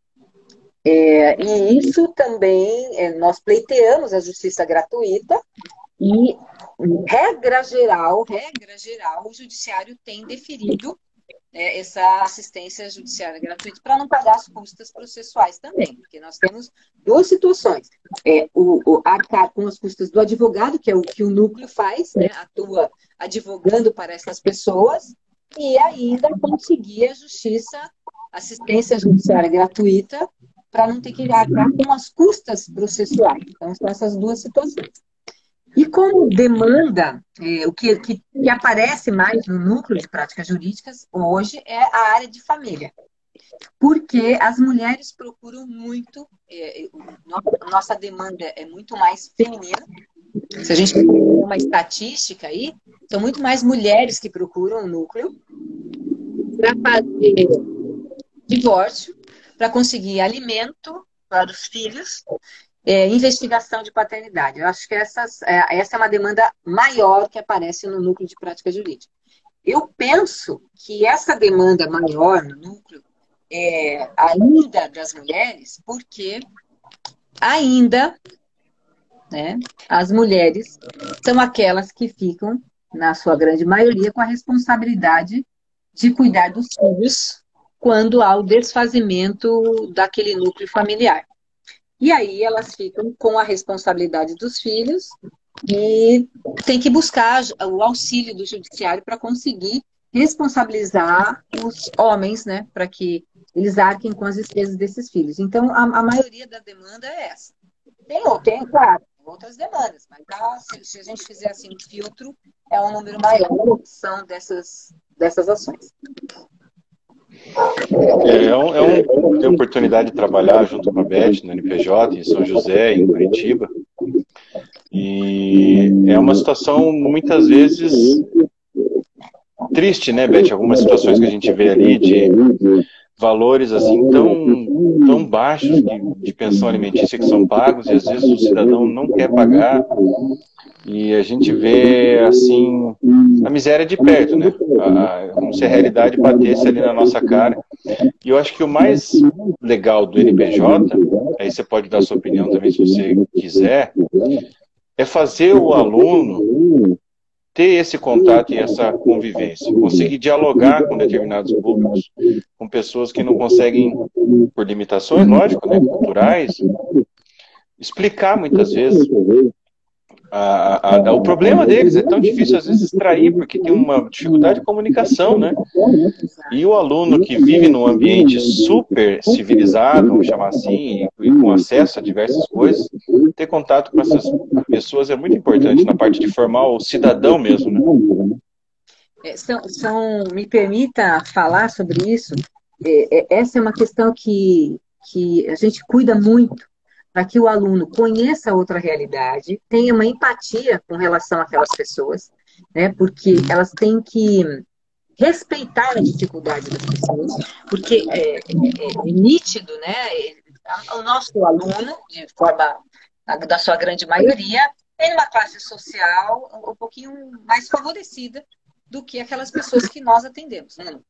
É, e isso também, é, nós pleiteamos a justiça gratuita e, regra geral, regra geral, o judiciário tem deferido É, essa assistência judiciária gratuita para não pagar as custas processuais também, porque nós temos duas situações. É, o, o arcar com as custas do advogado, que é o que o núcleo faz, né, atua advogando para essas pessoas, e ainda conseguir a justiça, assistência judiciária gratuita, para não ter que arcar com as custas processuais. Então, são essas duas situações. E como demanda, é, o que, que, que aparece mais no núcleo de práticas jurídicas hoje é a área de família. Porque as mulheres procuram muito, é, nossa demanda é muito mais feminina. Se a gente tem uma estatística aí, são muito mais mulheres que procuram o núcleo para fazer divórcio, para conseguir alimento para os filhos, É, investigação de paternidade. Eu acho que essas, é, essa é uma demanda maior que aparece no núcleo de prática jurídica. Eu penso que essa demanda maior no núcleo é ainda das mulheres, porque ainda, né, as mulheres são aquelas que ficam, na sua grande maioria, com a responsabilidade de cuidar dos filhos quando há o desfazimento daquele núcleo familiar. E aí elas ficam com a responsabilidade dos filhos e tem que buscar o auxílio do judiciário para conseguir responsabilizar os homens, né, para que eles arquem com as despesas desses filhos. Então, a, a maioria da demanda é essa. Tem, tem, claro, outras demandas, mas a, se, se a gente fizer assim um filtro, é um número maior que são dessas, dessas ações. É, é, um, é um, ter oportunidade de trabalhar junto com a Beth no N P J, em São José, em Curitiba. E é uma situação, muitas vezes, triste, né, Beth? Algumas situações que a gente vê ali de valores assim tão, tão baixos de, de pensão alimentícia que são pagos e às vezes o cidadão não quer pagar. E a gente vê, assim, a miséria de perto, né? A, como se a realidade batesse ali na nossa cara. E eu acho que o mais legal do N P J, aí você pode dar a sua opinião também se você quiser, é fazer o aluno ter esse contato e essa convivência, conseguir dialogar com determinados públicos, com pessoas que não conseguem, por limitações, lógico, né, culturais, explicar muitas vezes A, a, a, o problema deles é tão difícil às vezes extrair, porque tem uma dificuldade de comunicação, né? E o aluno que vive num ambiente super civilizado, vamos chamar assim, e com acesso a diversas coisas, ter contato com essas pessoas é muito importante na parte de formar o cidadão mesmo, né? É, são, são, me permita falar sobre isso. É, é, essa é uma questão que, que a gente cuida muito, para que o aluno conheça outra realidade, tenha uma empatia com relação àquelas pessoas, né? Porque elas têm que respeitar a dificuldade das pessoas, porque é, é, é nítido, né? O nosso aluno, de forma da sua grande maioria, tem uma classe social um pouquinho mais favorecida do que aquelas pessoas que nós atendemos, né?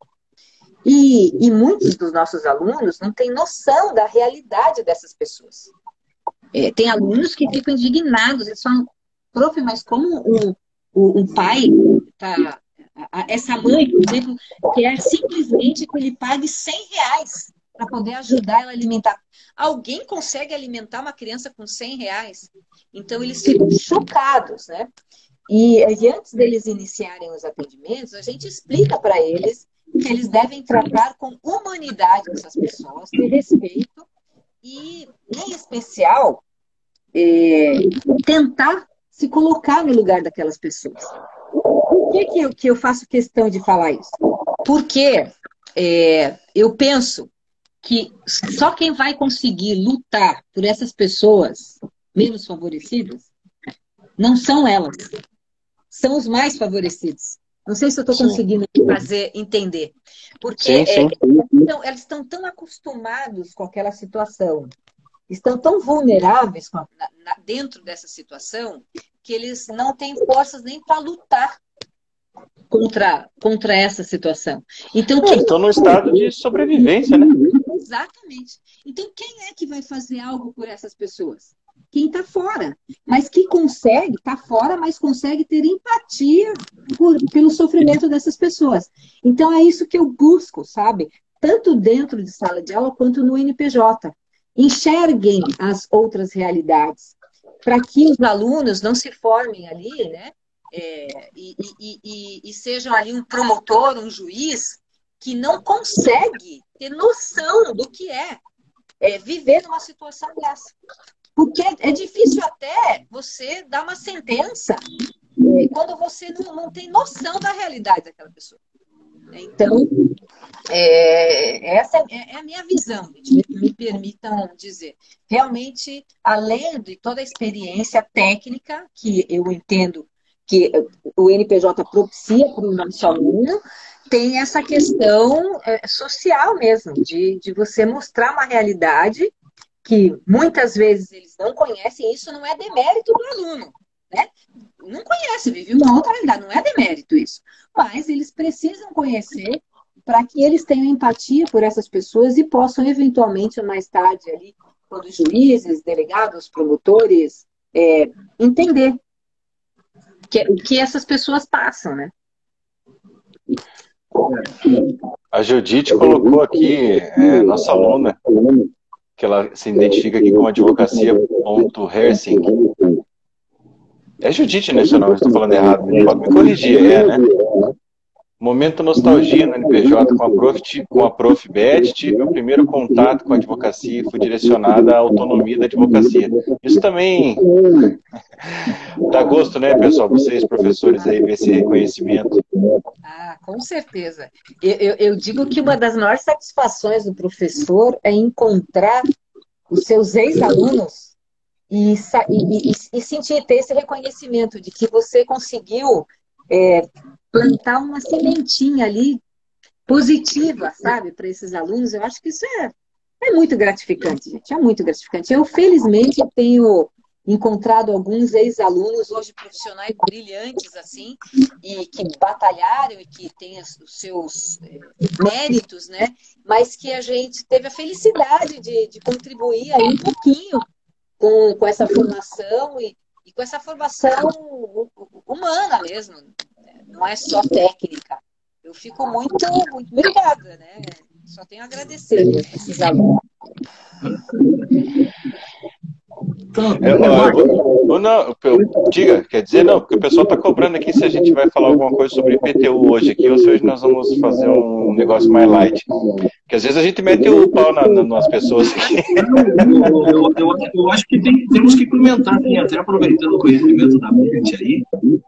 E, e muitos dos nossos alunos não têm noção da realidade dessas pessoas. É, tem alunos que ficam indignados, eles falam, prof, mas como o, o, o pai, tá, a, a, essa mãe, por exemplo, quer simplesmente que ele pague cem reais para poder ajudar ela a alimentar. Alguém consegue alimentar uma criança com cem reais? Então, eles ficam chocados, né? E, e antes deles iniciarem os atendimentos, a gente explica para eles que eles devem tratar com humanidade essas pessoas, ter respeito e, em especial, é, tentar se colocar no lugar daquelas pessoas. Por que, que, eu, que eu faço questão de falar isso? Porque é, eu penso que só quem vai conseguir lutar por essas pessoas menos favorecidas não são elas, são os mais favorecidos. Não sei se eu estou conseguindo fazer entender. Porque sim, sim. É, então, eles estão tão acostumados com aquela situação, estão tão vulneráveis com a, na, dentro dessa situação, que eles não têm forças nem para lutar contra, contra essa situação. Então, quem... Estão num estado de sobrevivência, né? Exatamente. Então, quem é que vai fazer algo por essas pessoas? Quem está fora, mas que consegue, está fora, mas consegue ter empatia por, pelo sofrimento dessas pessoas. Então, é isso que eu busco, sabe? Tanto dentro de sala de aula, quanto no N P J. Enxerguem as outras realidades, para que os alunos não se formem ali, né? É, e, e, e, e sejam ali um promotor, um juiz, que não consegue ter noção do que é, é viver numa situação dessa. Porque é difícil até você dar uma sentença quando você não, não tem noção da realidade daquela pessoa. Então, é, essa é, é a minha visão, me, me permitam dizer. Realmente, além de toda a experiência técnica, que eu entendo que o N P J propicia para o nosso aluno, tem essa questão é, social mesmo, de, de você mostrar uma realidade que muitas vezes eles não conhecem. Isso não é demérito do aluno, né? Não conhece, vive uma outra realidade, não é demérito isso. Mas eles precisam conhecer para que eles tenham empatia por essas pessoas e possam, eventualmente, mais tarde, ali, quando os juízes, delegados, promotores, é, entender que, o que essas pessoas passam, né? A Judite colocou aqui, é, nossa aluna, que ela se identifica aqui como advocacia.hersing. É Judite, né, seu nome? Estou falando errado, pode me corrigir, é, né? Momento nostalgia no N P J com a prof, com a prof Beth, tive meu primeiro contato com a advocacia e fui direcionada à autonomia da advocacia. Isso também dá gosto, né, pessoal? Vocês, professores, aí, ver esse reconhecimento. Ah, com certeza. Eu, eu, eu digo que uma das maiores satisfações do professor é encontrar os seus ex-alunos e, e, e, e sentir, ter esse reconhecimento de que você conseguiu é, plantar uma sementinha ali positiva, sabe, para esses alunos. Eu acho que isso é, é muito gratificante, gente, é muito gratificante. Eu, felizmente, tenho encontrado alguns ex-alunos, hoje profissionais brilhantes, assim, e que batalharam e que têm os seus é, méritos, né? Mas que a gente teve a felicidade de, de contribuir aí um pouquinho com, com essa formação e, e com essa formação humana mesmo, não é só técnica. Eu fico muito, muito obrigada, né? Só tenho a agradecer a esses alunos. Então, É, ó, eu vou- não, eu- diga, quer dizer, não, porque o pessoal está cobrando aqui se a gente vai falar alguma coisa sobre I P T U hoje aqui, ou se hoje nós vamos fazer um negócio mais light. Porque às vezes a gente mete o pau na, na, nas pessoas aqui. eu, eu, eu, acho- eu acho que tem, temos que comentar, assim, até aproveitando o conhecimento da gente aí.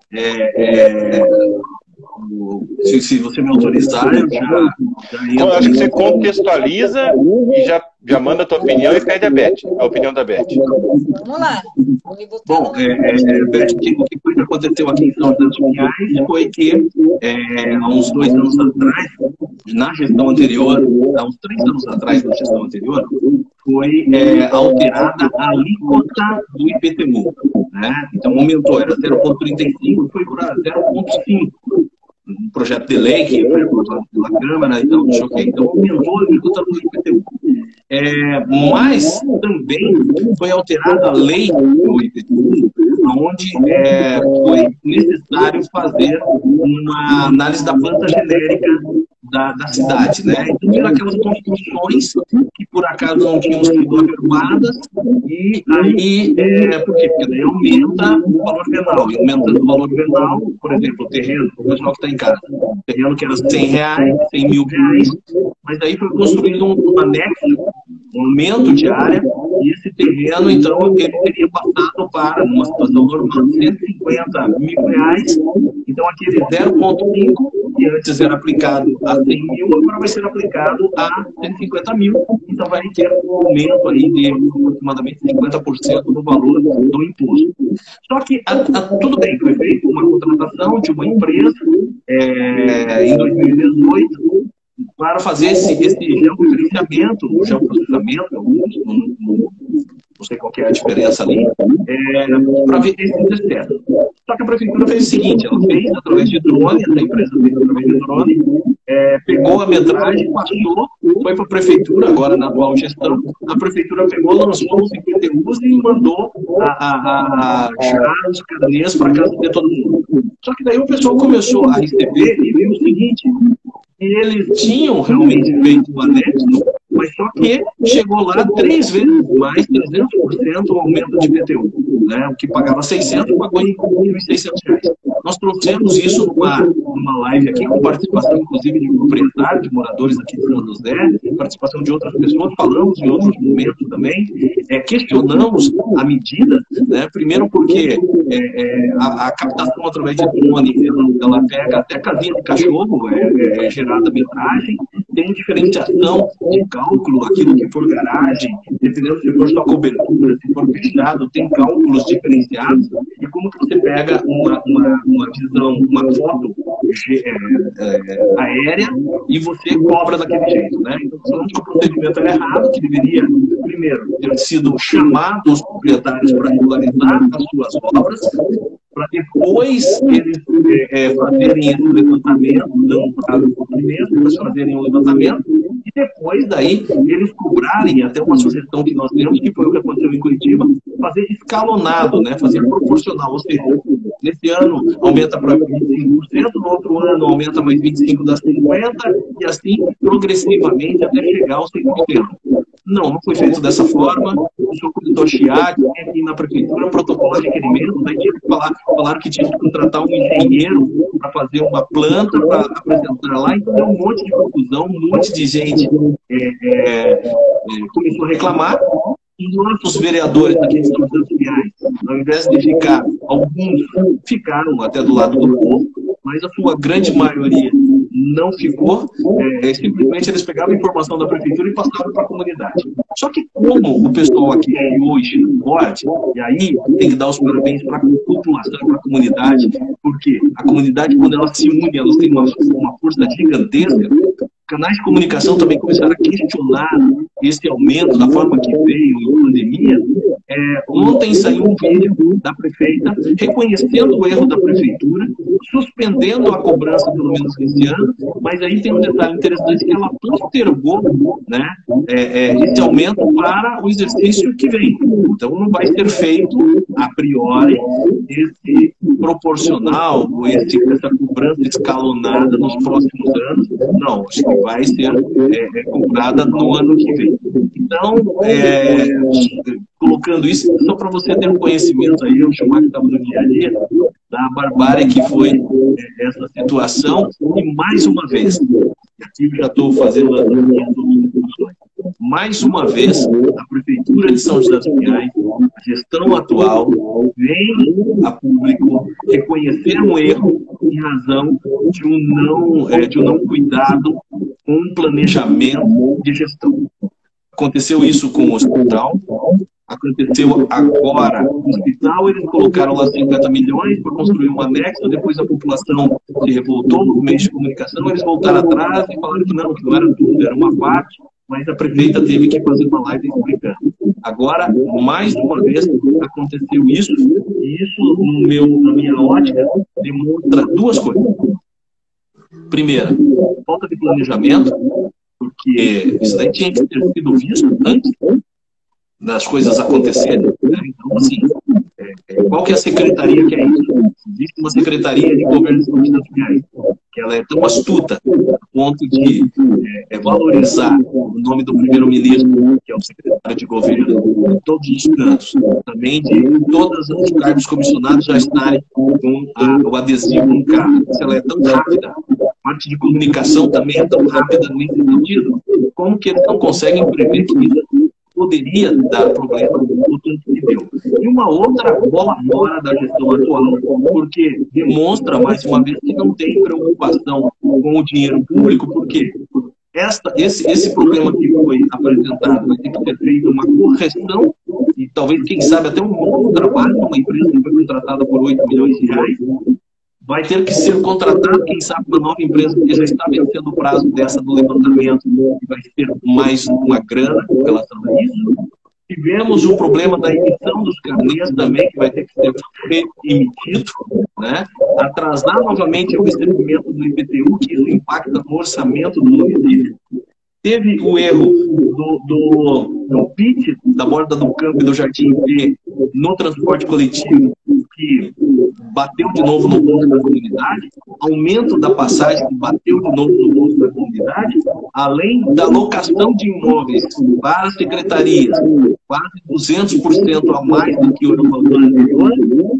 É, é, o- se, se você me autorizar, eu já, já Então, eu acho que você contextualiza e já, já manda a tua opinião e pede a Beth, a opinião da Beth. Vamos lá. Vou me botar Bom, no- é, é, Beth, o que, o que foi que aconteceu aqui em São José dos Pinhais foi que, é, há uns dois anos atrás, na gestão anterior, há uns três anos atrás, na gestão anterior, foi é, alterada a alíquota do I P T U. Né? Então, aumentou, era zero vírgula trinta e cinco, foi para zero vírgula cinco. Um projeto de lei que foi aprovado pela Câmara, então, não sei o quê. Então, aumentou a alíquota do I P T U. É, mas também foi alterada a lei do I P T U, onde é, foi necessário fazer uma análise da planta genérica da, da cidade, né? Então, eram aquelas construções que por acaso não tinham sido averbadas, e aí, é, por quê? Porque daí aumenta o valor venal, e aumentando o valor venal, por exemplo, o terreno, o pessoal que está em casa, o terreno que era cem reais, cem mil reais, mas aí foi construído um, um anexo, um aumento de área, e esse terreno, então, ele teria passado para, numa situação normal, cento e cinquenta mil reais, então aquele zero vírgula cinco, que antes era aplicado a cem mil, agora vai ser aplicado a cento e cinquenta mil, então vai ter um aumento aí de aproximadamente cinquenta por cento do valor do imposto. Só que, a, a, tudo bem, foi feita uma contratação de uma empresa é, em dois mil e dezoito, para fazer esse, esse georreferenciamento, geoprocessamento, não, não, não sei qual que é a diferença ali, é, para ver esses excessos. Só que a prefeitura fez o seguinte, ela fez através de drone, essa empresa fez através de drone, é, pegou a metragem, passou, foi para a prefeitura, agora na atual gestão, a prefeitura pegou, lançou os I P T Us e mandou a, a, a, a tirar os carnês para casa de todo mundo. Só que daí o pessoal começou a receber e viu o seguinte, eles tinham realmente feito o anexo, mas só que chegou lá três vezes mais, trezentos por cento o aumento de I P T U. Né? O que pagava seiscentos, pagou em mil e seiscentos reais. Nós trouxemos isso numa, numa live aqui, com participação, inclusive, de proprietários, de moradores aqui de São José, participação de outras pessoas, falamos em outros momentos também, é, questionamos a medida, né? Primeiro porque é, é, a, a captação através de drone, ela, ela pega até casinha de cachorro, é, é, é gerada metragem, tem diferenciação de cálculo, aquilo que for garagem, dependendo se for só cobertura, se for fechado, tem cálculos diferenciados, e como que você pega uma, uma, uma visão, uma foto é, é, aérea, e você cobra daquele jeito, né? Então, falamos que o procedimento era errado, que deveria, primeiro, ter sido chamado os proprietários para regularizar as suas obras, para depois eles é, é, fazerem esse levantamento, dando um prazo de cumprimento, para eles fazerem o levantamento, e depois daí eles cobrarem, até uma sugestão que nós temos, que foi o que aconteceu em Curitiba, fazer escalonado, né, fazer proporcional, ou seja, nesse ano aumenta para vinte e cinco por cento, no outro ano aumenta mais vinte e cinco por cento das cinquenta por cento, e assim progressivamente até chegar aos cem por cento. Não, não foi feito dessa forma, o senhor começou a chiar, aqui na prefeitura, protocolo de requerimento, daí tinha que falar, falaram que tinha que contratar um engenheiro para fazer uma planta, para apresentar lá, então deu um monte de confusão, um monte de gente é, é, é, começou a reclamar, e nossos vereadores aqui de São José dos Pinhais, ao invés de ficar, alguns ficaram até do lado do povo, mas a sua grande maioria não ficou, é, simplesmente eles pegavam a informação da prefeitura e passavam para a comunidade. Só que como o pessoal aqui hoje não pode, e aí tem que dar os parabéns para a população, para a comunidade, porque a comunidade, quando ela se une, elas têm uma, uma força gigantesca. Canais de comunicação também começaram a questionar esse aumento da forma que veio em pandemia. É, ontem saiu um vídeo da prefeita reconhecendo o erro da prefeitura, suspendendo a cobrança pelo menos esse ano, mas aí tem um detalhe interessante que ela postergou, né, é, é, esse aumento para o exercício que vem. Então não vai ser feito a priori esse proporcional, esse, essa cobrança escalonada nos próximos anos. Não, acho que vai ser é, é, cobrada no ano que vem. Então, é, colocando isso só para você ter um conhecimento aí, eu chamar que estava no dia a dia, da barbárie que foi é, essa situação, e mais uma vez, aqui eu já estou fazendo as minhas observações, mais uma vez, a Prefeitura de São José dos Pinhais, a gestão atual, vem a público reconhecer um erro em razão de um não, é, de um não cuidado com um planejamento de gestão. Aconteceu isso com o hospital, aconteceu agora no hospital, eles colocaram lá cinquenta milhões para construir um anexo, depois a população se revoltou no meio de comunicação, eles voltaram atrás e falaram que não, que não era tudo, era uma parte, mas a prefeita teve que fazer uma live explicando. Agora, mais uma vez, aconteceu isso, e isso, no meu, na minha ótica, demonstra duas coisas. Primeira, falta de planejamento, porque isso daí tinha que ter sido visto antes das coisas acontecerem. Né? Então, assim, é, qual que é a secretaria que é isso? Existe uma secretaria de governo de São José dos Pinhais, que ela é tão astuta, a ponto de é, é, valorizar o nome do primeiro-ministro, que é o secretário de governo, em todos os cantos. Também de todos os cargos comissionados já estarem com a, o adesivo no carro. Se ela é tão rápida, a parte de comunicação também é tão rápida nesse sentido, como que eles não conseguem prever que isso poderia dar problema no tanto que deu. E uma outra bola fora da gestão atual, porque demonstra, mais uma vez, que não tem preocupação com o dinheiro público, porque esta, esse, esse problema que foi apresentado vai ter que ser feita uma correção e talvez, quem sabe, até um novo trabalho numa empresa que foi contratada por oito milhões de reais, vai ter que ser contratado, quem sabe, uma nova empresa que já está vencendo o prazo dessa do levantamento e vai ter mais uma grana com relação a isso. Tivemos o problema da emissão dos carnês também, que vai ter que ser reemitido, né? Atrasar novamente o recebimento do I P T U, que isso impacta no orçamento do município. Teve o erro do, do, do P I T, da borda do campo e do Jardim B, no transporte coletivo, que bateu de novo no bolso da comunidade, aumento da passagem que bateu de novo no bolso da comunidade, além da locação de imóveis para as secretarias, quase duzentos por cento a mais do que o ano anterior,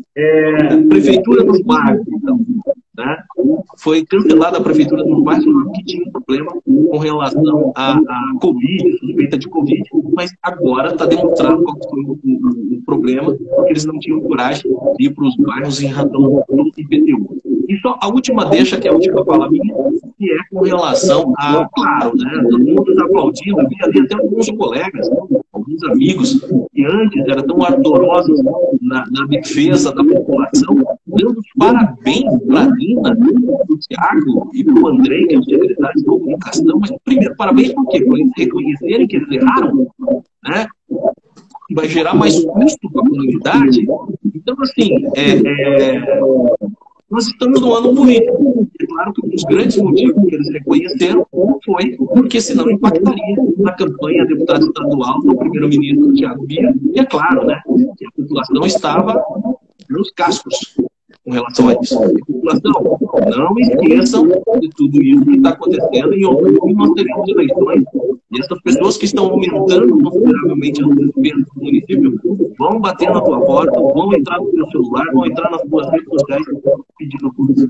é, prefeitura dos bairros, então, né? Foi cancelada a prefeitura dos bairros porque tinha um problema com relação à, à Covid, suspeita de Covid, mas agora está demonstrado qual foi o, o, o problema, porque eles não tinham coragem de ir para os bairros em razão do I P T U. E só a última deixa, que é a última fala minha, que é com relação a, claro, né, todo mundo está aplaudindo, eu vi ali até alguns colegas, alguns amigos, que antes eram tão ardorosos na, na defesa da população, dando os parabéns para a Nina, para o Thiago e para o Andrei, que é o secretário de comunicação, mas primeiro, parabéns por quê? Por eles reconhecerem que eles erraram, né? Vai gerar mais custo para a comunidade. Então, assim, é, é, nós estamos no ano político. É claro que um dos grandes motivos que eles reconheceram foi porque senão impactaria na campanha deputado estadual do primeiro-ministro Thiago Bia. E é claro, né, que a população estava nos cascos com relação a isso. E, população, não esqueçam de tudo isso que está acontecendo. Em outubro nós teremos eleições. E essas pessoas que estão aumentando consideravelmente as despesas do município vão bater na tua porta, vão entrar no teu celular, vão entrar nas tuas redes sociais pedindo coisa.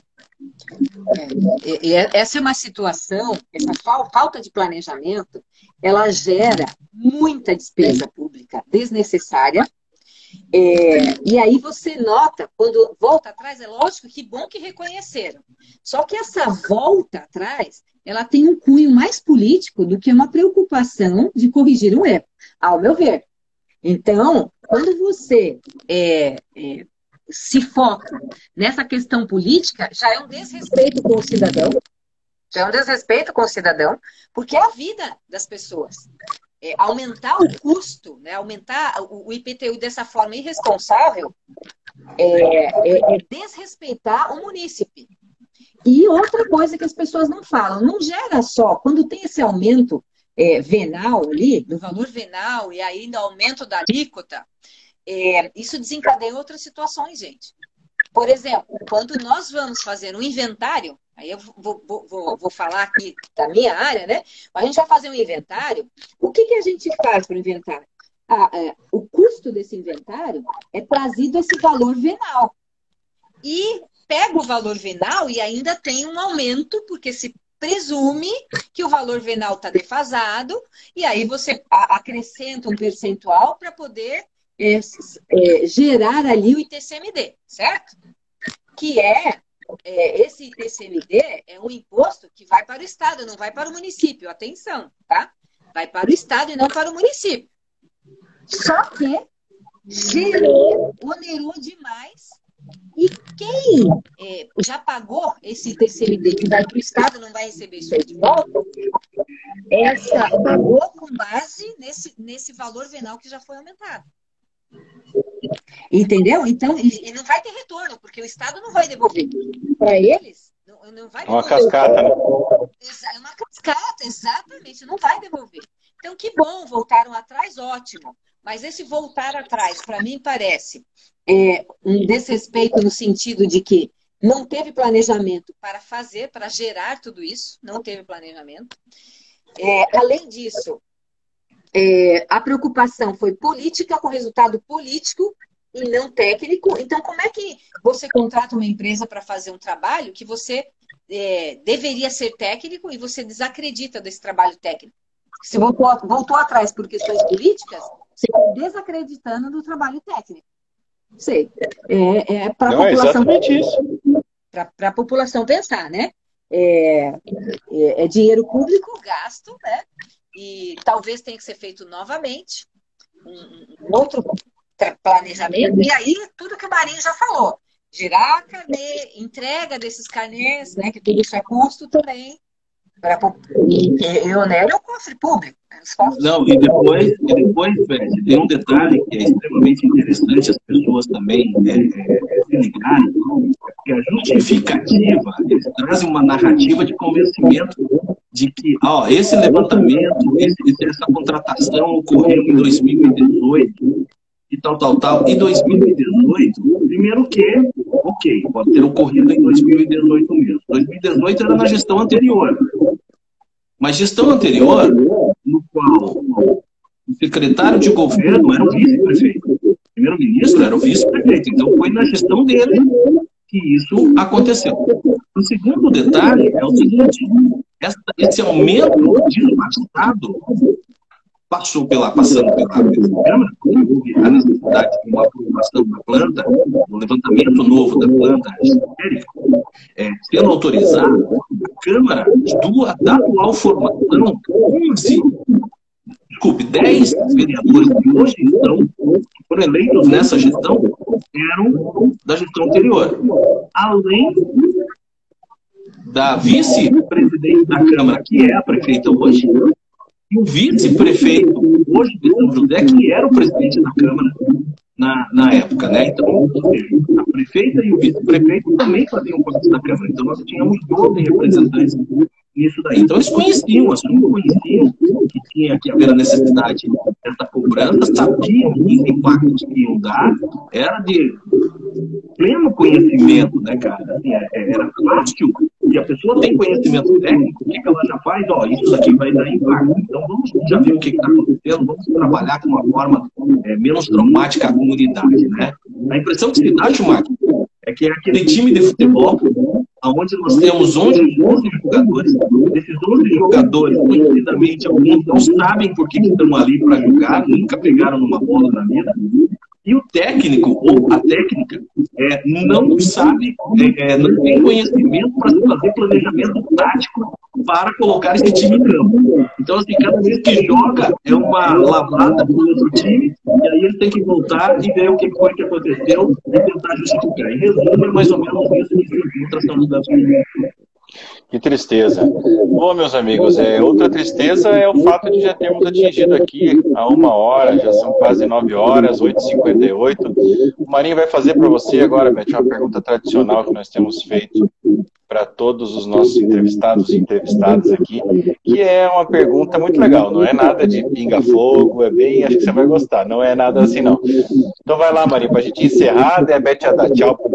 É, e essa é uma situação, essa falta de planejamento, ela gera muita despesa pública desnecessária. É, e aí você nota, quando volta atrás, é lógico que bom que reconheceram. Só que essa volta atrás, ela tem um cunho mais político do que uma preocupação de corrigir um erro, ao meu ver. Então, quando você é, é, se foca nessa questão política, já é um desrespeito com o cidadão, já é um desrespeito com o cidadão, porque é a vida das pessoas. É, aumentar o custo, né, aumentar o, o I P T U dessa forma irresponsável, é, é, é desrespeitar o munícipe. E outra coisa que as pessoas não falam, não gera só, quando tem esse aumento é, venal ali, do valor venal, e ainda aumento da alíquota, é, isso desencadeia outras situações, gente. Por exemplo, quando nós vamos fazer um inventário, aí eu vou, vou, vou, vou falar aqui da minha área, né? A gente vai fazer um inventário. O que, que a gente faz para o inventário? Ah, é, o custo desse inventário é trazido esse valor venal. E pega o valor venal e ainda tem um aumento, porque se presume que o valor venal está defasado, e aí você acrescenta um percentual para poder é, é, gerar ali o I T C M D, certo? Que é, é, esse I T C M D é um imposto que vai para o Estado, não vai para o município, atenção, tá? Vai para o Estado e não para o município. Só que gerou, onerou demais. E quem é, já pagou esse I T C M D que vai para o Estado, não vai receber isso aí de volta, essa pagou com base nesse, nesse valor venal que já foi aumentado. Entendeu? Então, e, e não vai ter retorno, porque o Estado não vai devolver. Para eles, não, não vai devolver. Uma cascata, né? É uma cascata, exatamente, não vai devolver. Então, que bom, voltaram atrás, ótimo. Mas esse voltar atrás, para mim, parece é, um desrespeito no sentido de que não teve planejamento para fazer, para gerar tudo isso, não teve planejamento. É, além disso, é, a preocupação foi política, com resultado político e não técnico. Então, como é que você contrata uma empresa para fazer um trabalho que você é, deveria ser técnico e você desacredita desse trabalho técnico? Se voltou, voltou atrás por questões políticas, você está desacreditando do trabalho técnico. Sei. É, é para a população. É exatamente isso. Para a população pensar, né? É, é, é dinheiro público gasto, né? E talvez tenha que ser feito novamente um, um outro planejamento. E aí, tudo que o Marinho já falou. Girar carnê, entrega desses carnês, né? Que tudo isso é custo também. E onera o cofre público. Não, e depois, e depois, Fred, tem um detalhe que é extremamente interessante as pessoas também é, é, se ligarem, que a justificativa, eles trazem uma narrativa de convencimento de que ó, esse levantamento, esse, essa contratação ocorreu em dois mil e dezoito e tal, tal, tal. Em dois mil e dezoito, primeiro que, ok, pode ter ocorrido em dois mil e dezoito mesmo. dois mil e dezoito era na gestão anterior. Mas gestão anterior, no qual o secretário de governo era o vice-prefeito. O primeiro-ministro era o vice-prefeito. Então, foi na gestão dele que isso aconteceu. O segundo detalhe é o seguinte, essa, esse aumento disfarçado passou pela, passando pela Câmara, houve a necessidade de uma aprovação da planta, um levantamento novo da planta é, sendo autorizado, a Câmara do, da atual formação, onze, desculpe, dez vereadores que hoje estão, que foram eleitos nessa gestão, eram da gestão anterior. Além da vice-presidente da Câmara, que é a prefeita hoje, e o vice-prefeito, hoje de São José, que era o presidente da Câmara na, na época, né? Então, ou seja, a prefeita e o vice-prefeito também faziam parte da Câmara. Então, nós tínhamos doze representantes nisso daí. Então, eles conheciam, assumiam, conheciam que tinha que haver a necessidade dessa cobrança, sabiam os impactos que iam dar, era de pleno conhecimento, né, cara? Assim, era fácil. E a pessoa tem conhecimento técnico, o que ela já faz? Ó, isso daqui vai dar impacto. Então, vamos já ver o que está acontecendo, vamos trabalhar de uma forma é, menos traumática à comunidade, né? A impressão que se dá, Schumacher, é que é aquele time de futebol onde nós temos onze, onze jogadores. Desses onze jogadores, conhecidamente, alguns não sabem por que estão ali para jogar, nunca pegaram numa bola na vida. E o técnico, ou a técnica, é, não sabe, é, não tem conhecimento para fazer planejamento tático para colocar esse time em campo. Então, assim, cada vez que joga, é uma lavada para o outro time, e aí ele tem que voltar e ver o que foi que aconteceu e tentar justificar. Em resumo, é mais ou menos isso que se encontra São José dos Campos. Que tristeza. Bom, meus amigos, é, outra tristeza é o fato de já termos atingido aqui a uma hora, já são quase nove horas, oito e cinquenta e oito. O Marinho vai fazer para você agora, Beth, uma pergunta tradicional que nós temos feito para todos os nossos entrevistados e entrevistadas aqui, que é uma pergunta muito legal, não é nada de pinga-fogo, é bem, acho que você vai gostar, não é nada assim não. Então vai lá, Marinho, para a gente encerrar, a Beth já dá tchau para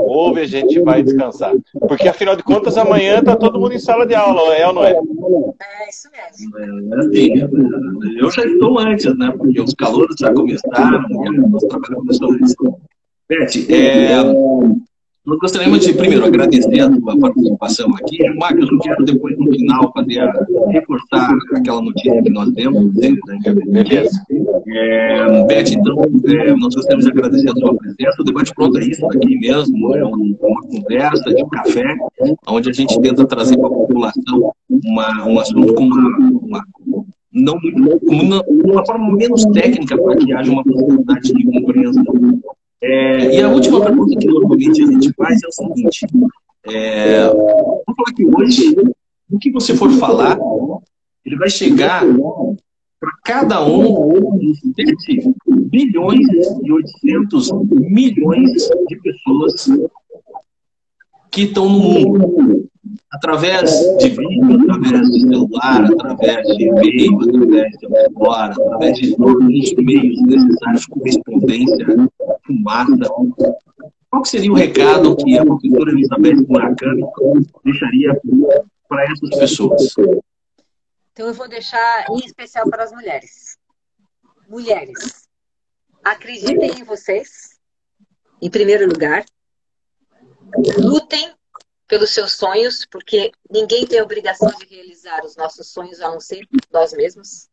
ouve, a gente vai descansar. Porque, afinal de contas, amanhã está todo mundo em sala de aula, é ou não é? É, isso mesmo. É, assim, eu já estou antes, né? Porque os calouros já começaram, o nosso trabalho começou antes. Beth, é, nós gostaríamos de, primeiro, agradecer a sua participação aqui. Marcos, eu quero depois, no final, fazer a, reforçar aquela notícia que nós demos. Beleza. É, Beth, então, é, nós gostaríamos de agradecer a sua presença. O Debate Pronto é isso aqui mesmo, é um, uma conversa de um café, onde a gente tenta trazer para a população uma, um assunto com uma, uma não muito, com uma, uma forma menos técnica, para que haja uma possibilidade de compreensão. É, e a última pergunta que normalmente a gente faz é o seguinte: é, vou falar que hoje, o que você for falar, ele vai chegar para cada um dos sete bilhões e oitocentos milhões de pessoas que estão no mundo. Através de vídeo, através de celular, através de e-mail, através de fora, através de todos os meios necessários de correspondência, fumaça. Qual que seria o recado que a professora Elizabeth Murakami deixaria para essas pessoas? Então eu vou deixar em especial para as mulheres. Mulheres, acreditem em vocês, em primeiro lugar. Lutem pelos seus sonhos, porque ninguém tem a obrigação de realizar os nossos sonhos a não ser nós mesmos.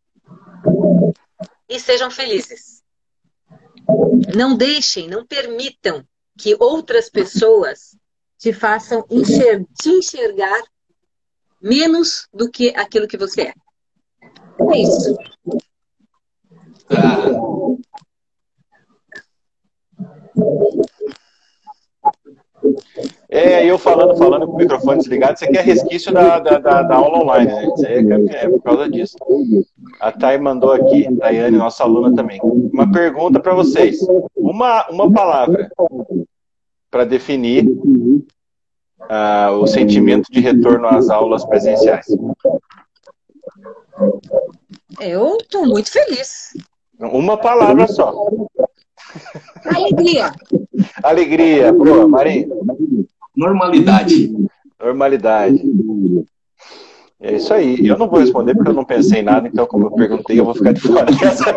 E sejam felizes. Não deixem, não permitam que outras pessoas te façam enxer- te enxergar menos do que aquilo que você é. É isso. Ah. É, eu falando, falando com o microfone desligado, isso aqui é resquício da, da, da, da aula online, né? Isso aí é, é por causa disso. A Thay mandou aqui, a Tayane, nossa aluna também. Uma pergunta para vocês. Uma, uma palavra para definir uh, o sentimento de retorno às aulas presenciais. Eu estou muito feliz. Uma palavra só. Alegria. Alegria. Boa, Marinho. Normalidade. Normalidade. É isso aí. Eu não vou responder porque eu não pensei em nada, então, como eu perguntei, eu vou ficar de fora dessa.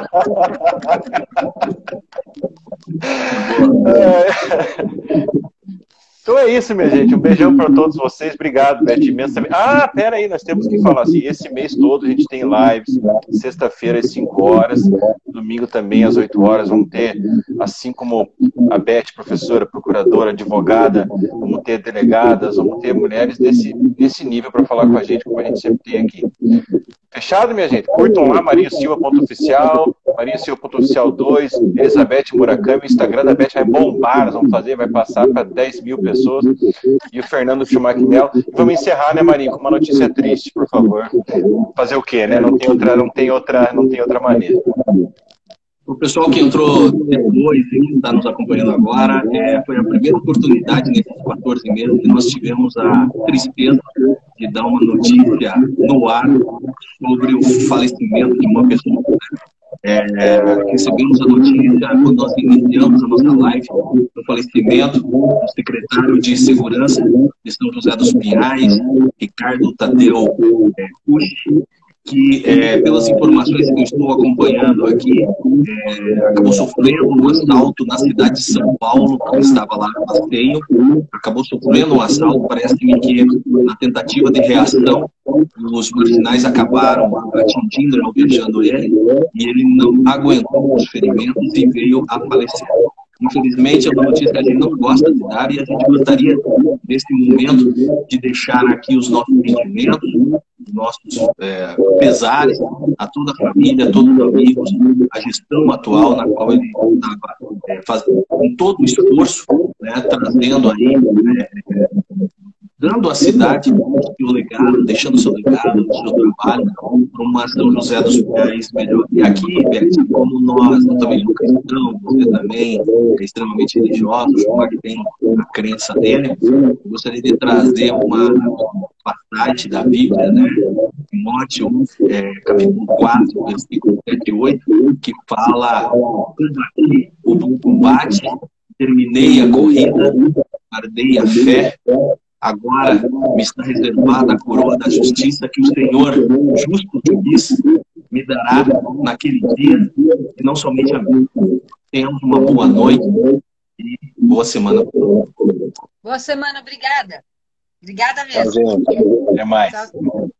É. Então é isso, minha gente. Um beijão para todos vocês. Obrigado, Beth, imensamente. Ah, pera aí, nós temos que falar assim. Esse mês todo a gente tem lives. Sexta-feira às cinco horas. Domingo também às oito horas. Vamos ter, assim como a Beth, professora, procuradora, advogada, vamos ter delegadas, vamos ter mulheres desse, desse nível para falar com a gente, como a gente sempre tem aqui. Fechado, minha gente? Curtam lá, marinho silva ponto oficial, marinho silva ponto oficial dois, Elizabeth Murakami, o Instagram da Beth vai bombar, nós vamos fazer, vai passar para dez mil pessoas, e o Fernando Schumacher Melo. E vamos encerrar, né, Marinho, com uma notícia triste, por favor. Fazer o quê, né? Não tem outra, não tem outra, não tem outra maneira. O pessoal que entrou depois e que está nos acompanhando agora, é, foi a primeira oportunidade nesses quatorze meses que nós tivemos a tristeza de dar uma notícia no ar sobre o falecimento de uma pessoa. É, recebemos a notícia quando nós iniciamos a nossa live do falecimento do secretário de Segurança de São José dos Pinhais, Ricardo Tadeu é, Pucci, que, é, pelas informações que eu estou acompanhando aqui, é, acabou sofrendo um assalto na cidade de São Paulo, quando estava lá no passeio, acabou sofrendo um assalto, parece-me que na tentativa de reação, os marginais acabaram atingindo e alvejando ele, e ele não aguentou os ferimentos e veio a falecer. Infelizmente, é uma notícia que a gente não gosta de dar e a gente gostaria, nesse momento, de deixar aqui os nossos sentimentos, os nossos é, pesares a toda a família, a todos os amigos, a gestão atual na qual ele estava é, fazendo com todo o esforço, né, trazendo aí, é, dando à cidade o legado, deixando o seu legado, o seu trabalho para uma São José dos Pinhais melhor. E aqui, Beth, como nós, eu também sou cristão, você também é extremamente religioso, o que tem a crença dele, eu gostaria de trazer uma passagem da Bíblia, né? Timóteo, é, capítulo quatro, versículo sete e oito, que fala combate, o bom combate terminei a corrida, guardei a fé, agora me está reservada a coroa da justiça que o Senhor, justo juiz, me dará naquele dia, e não somente a mim. Tenhamos uma boa noite e boa semana. Boa semana, obrigada. Obrigada mesmo. Até mais. Tchau.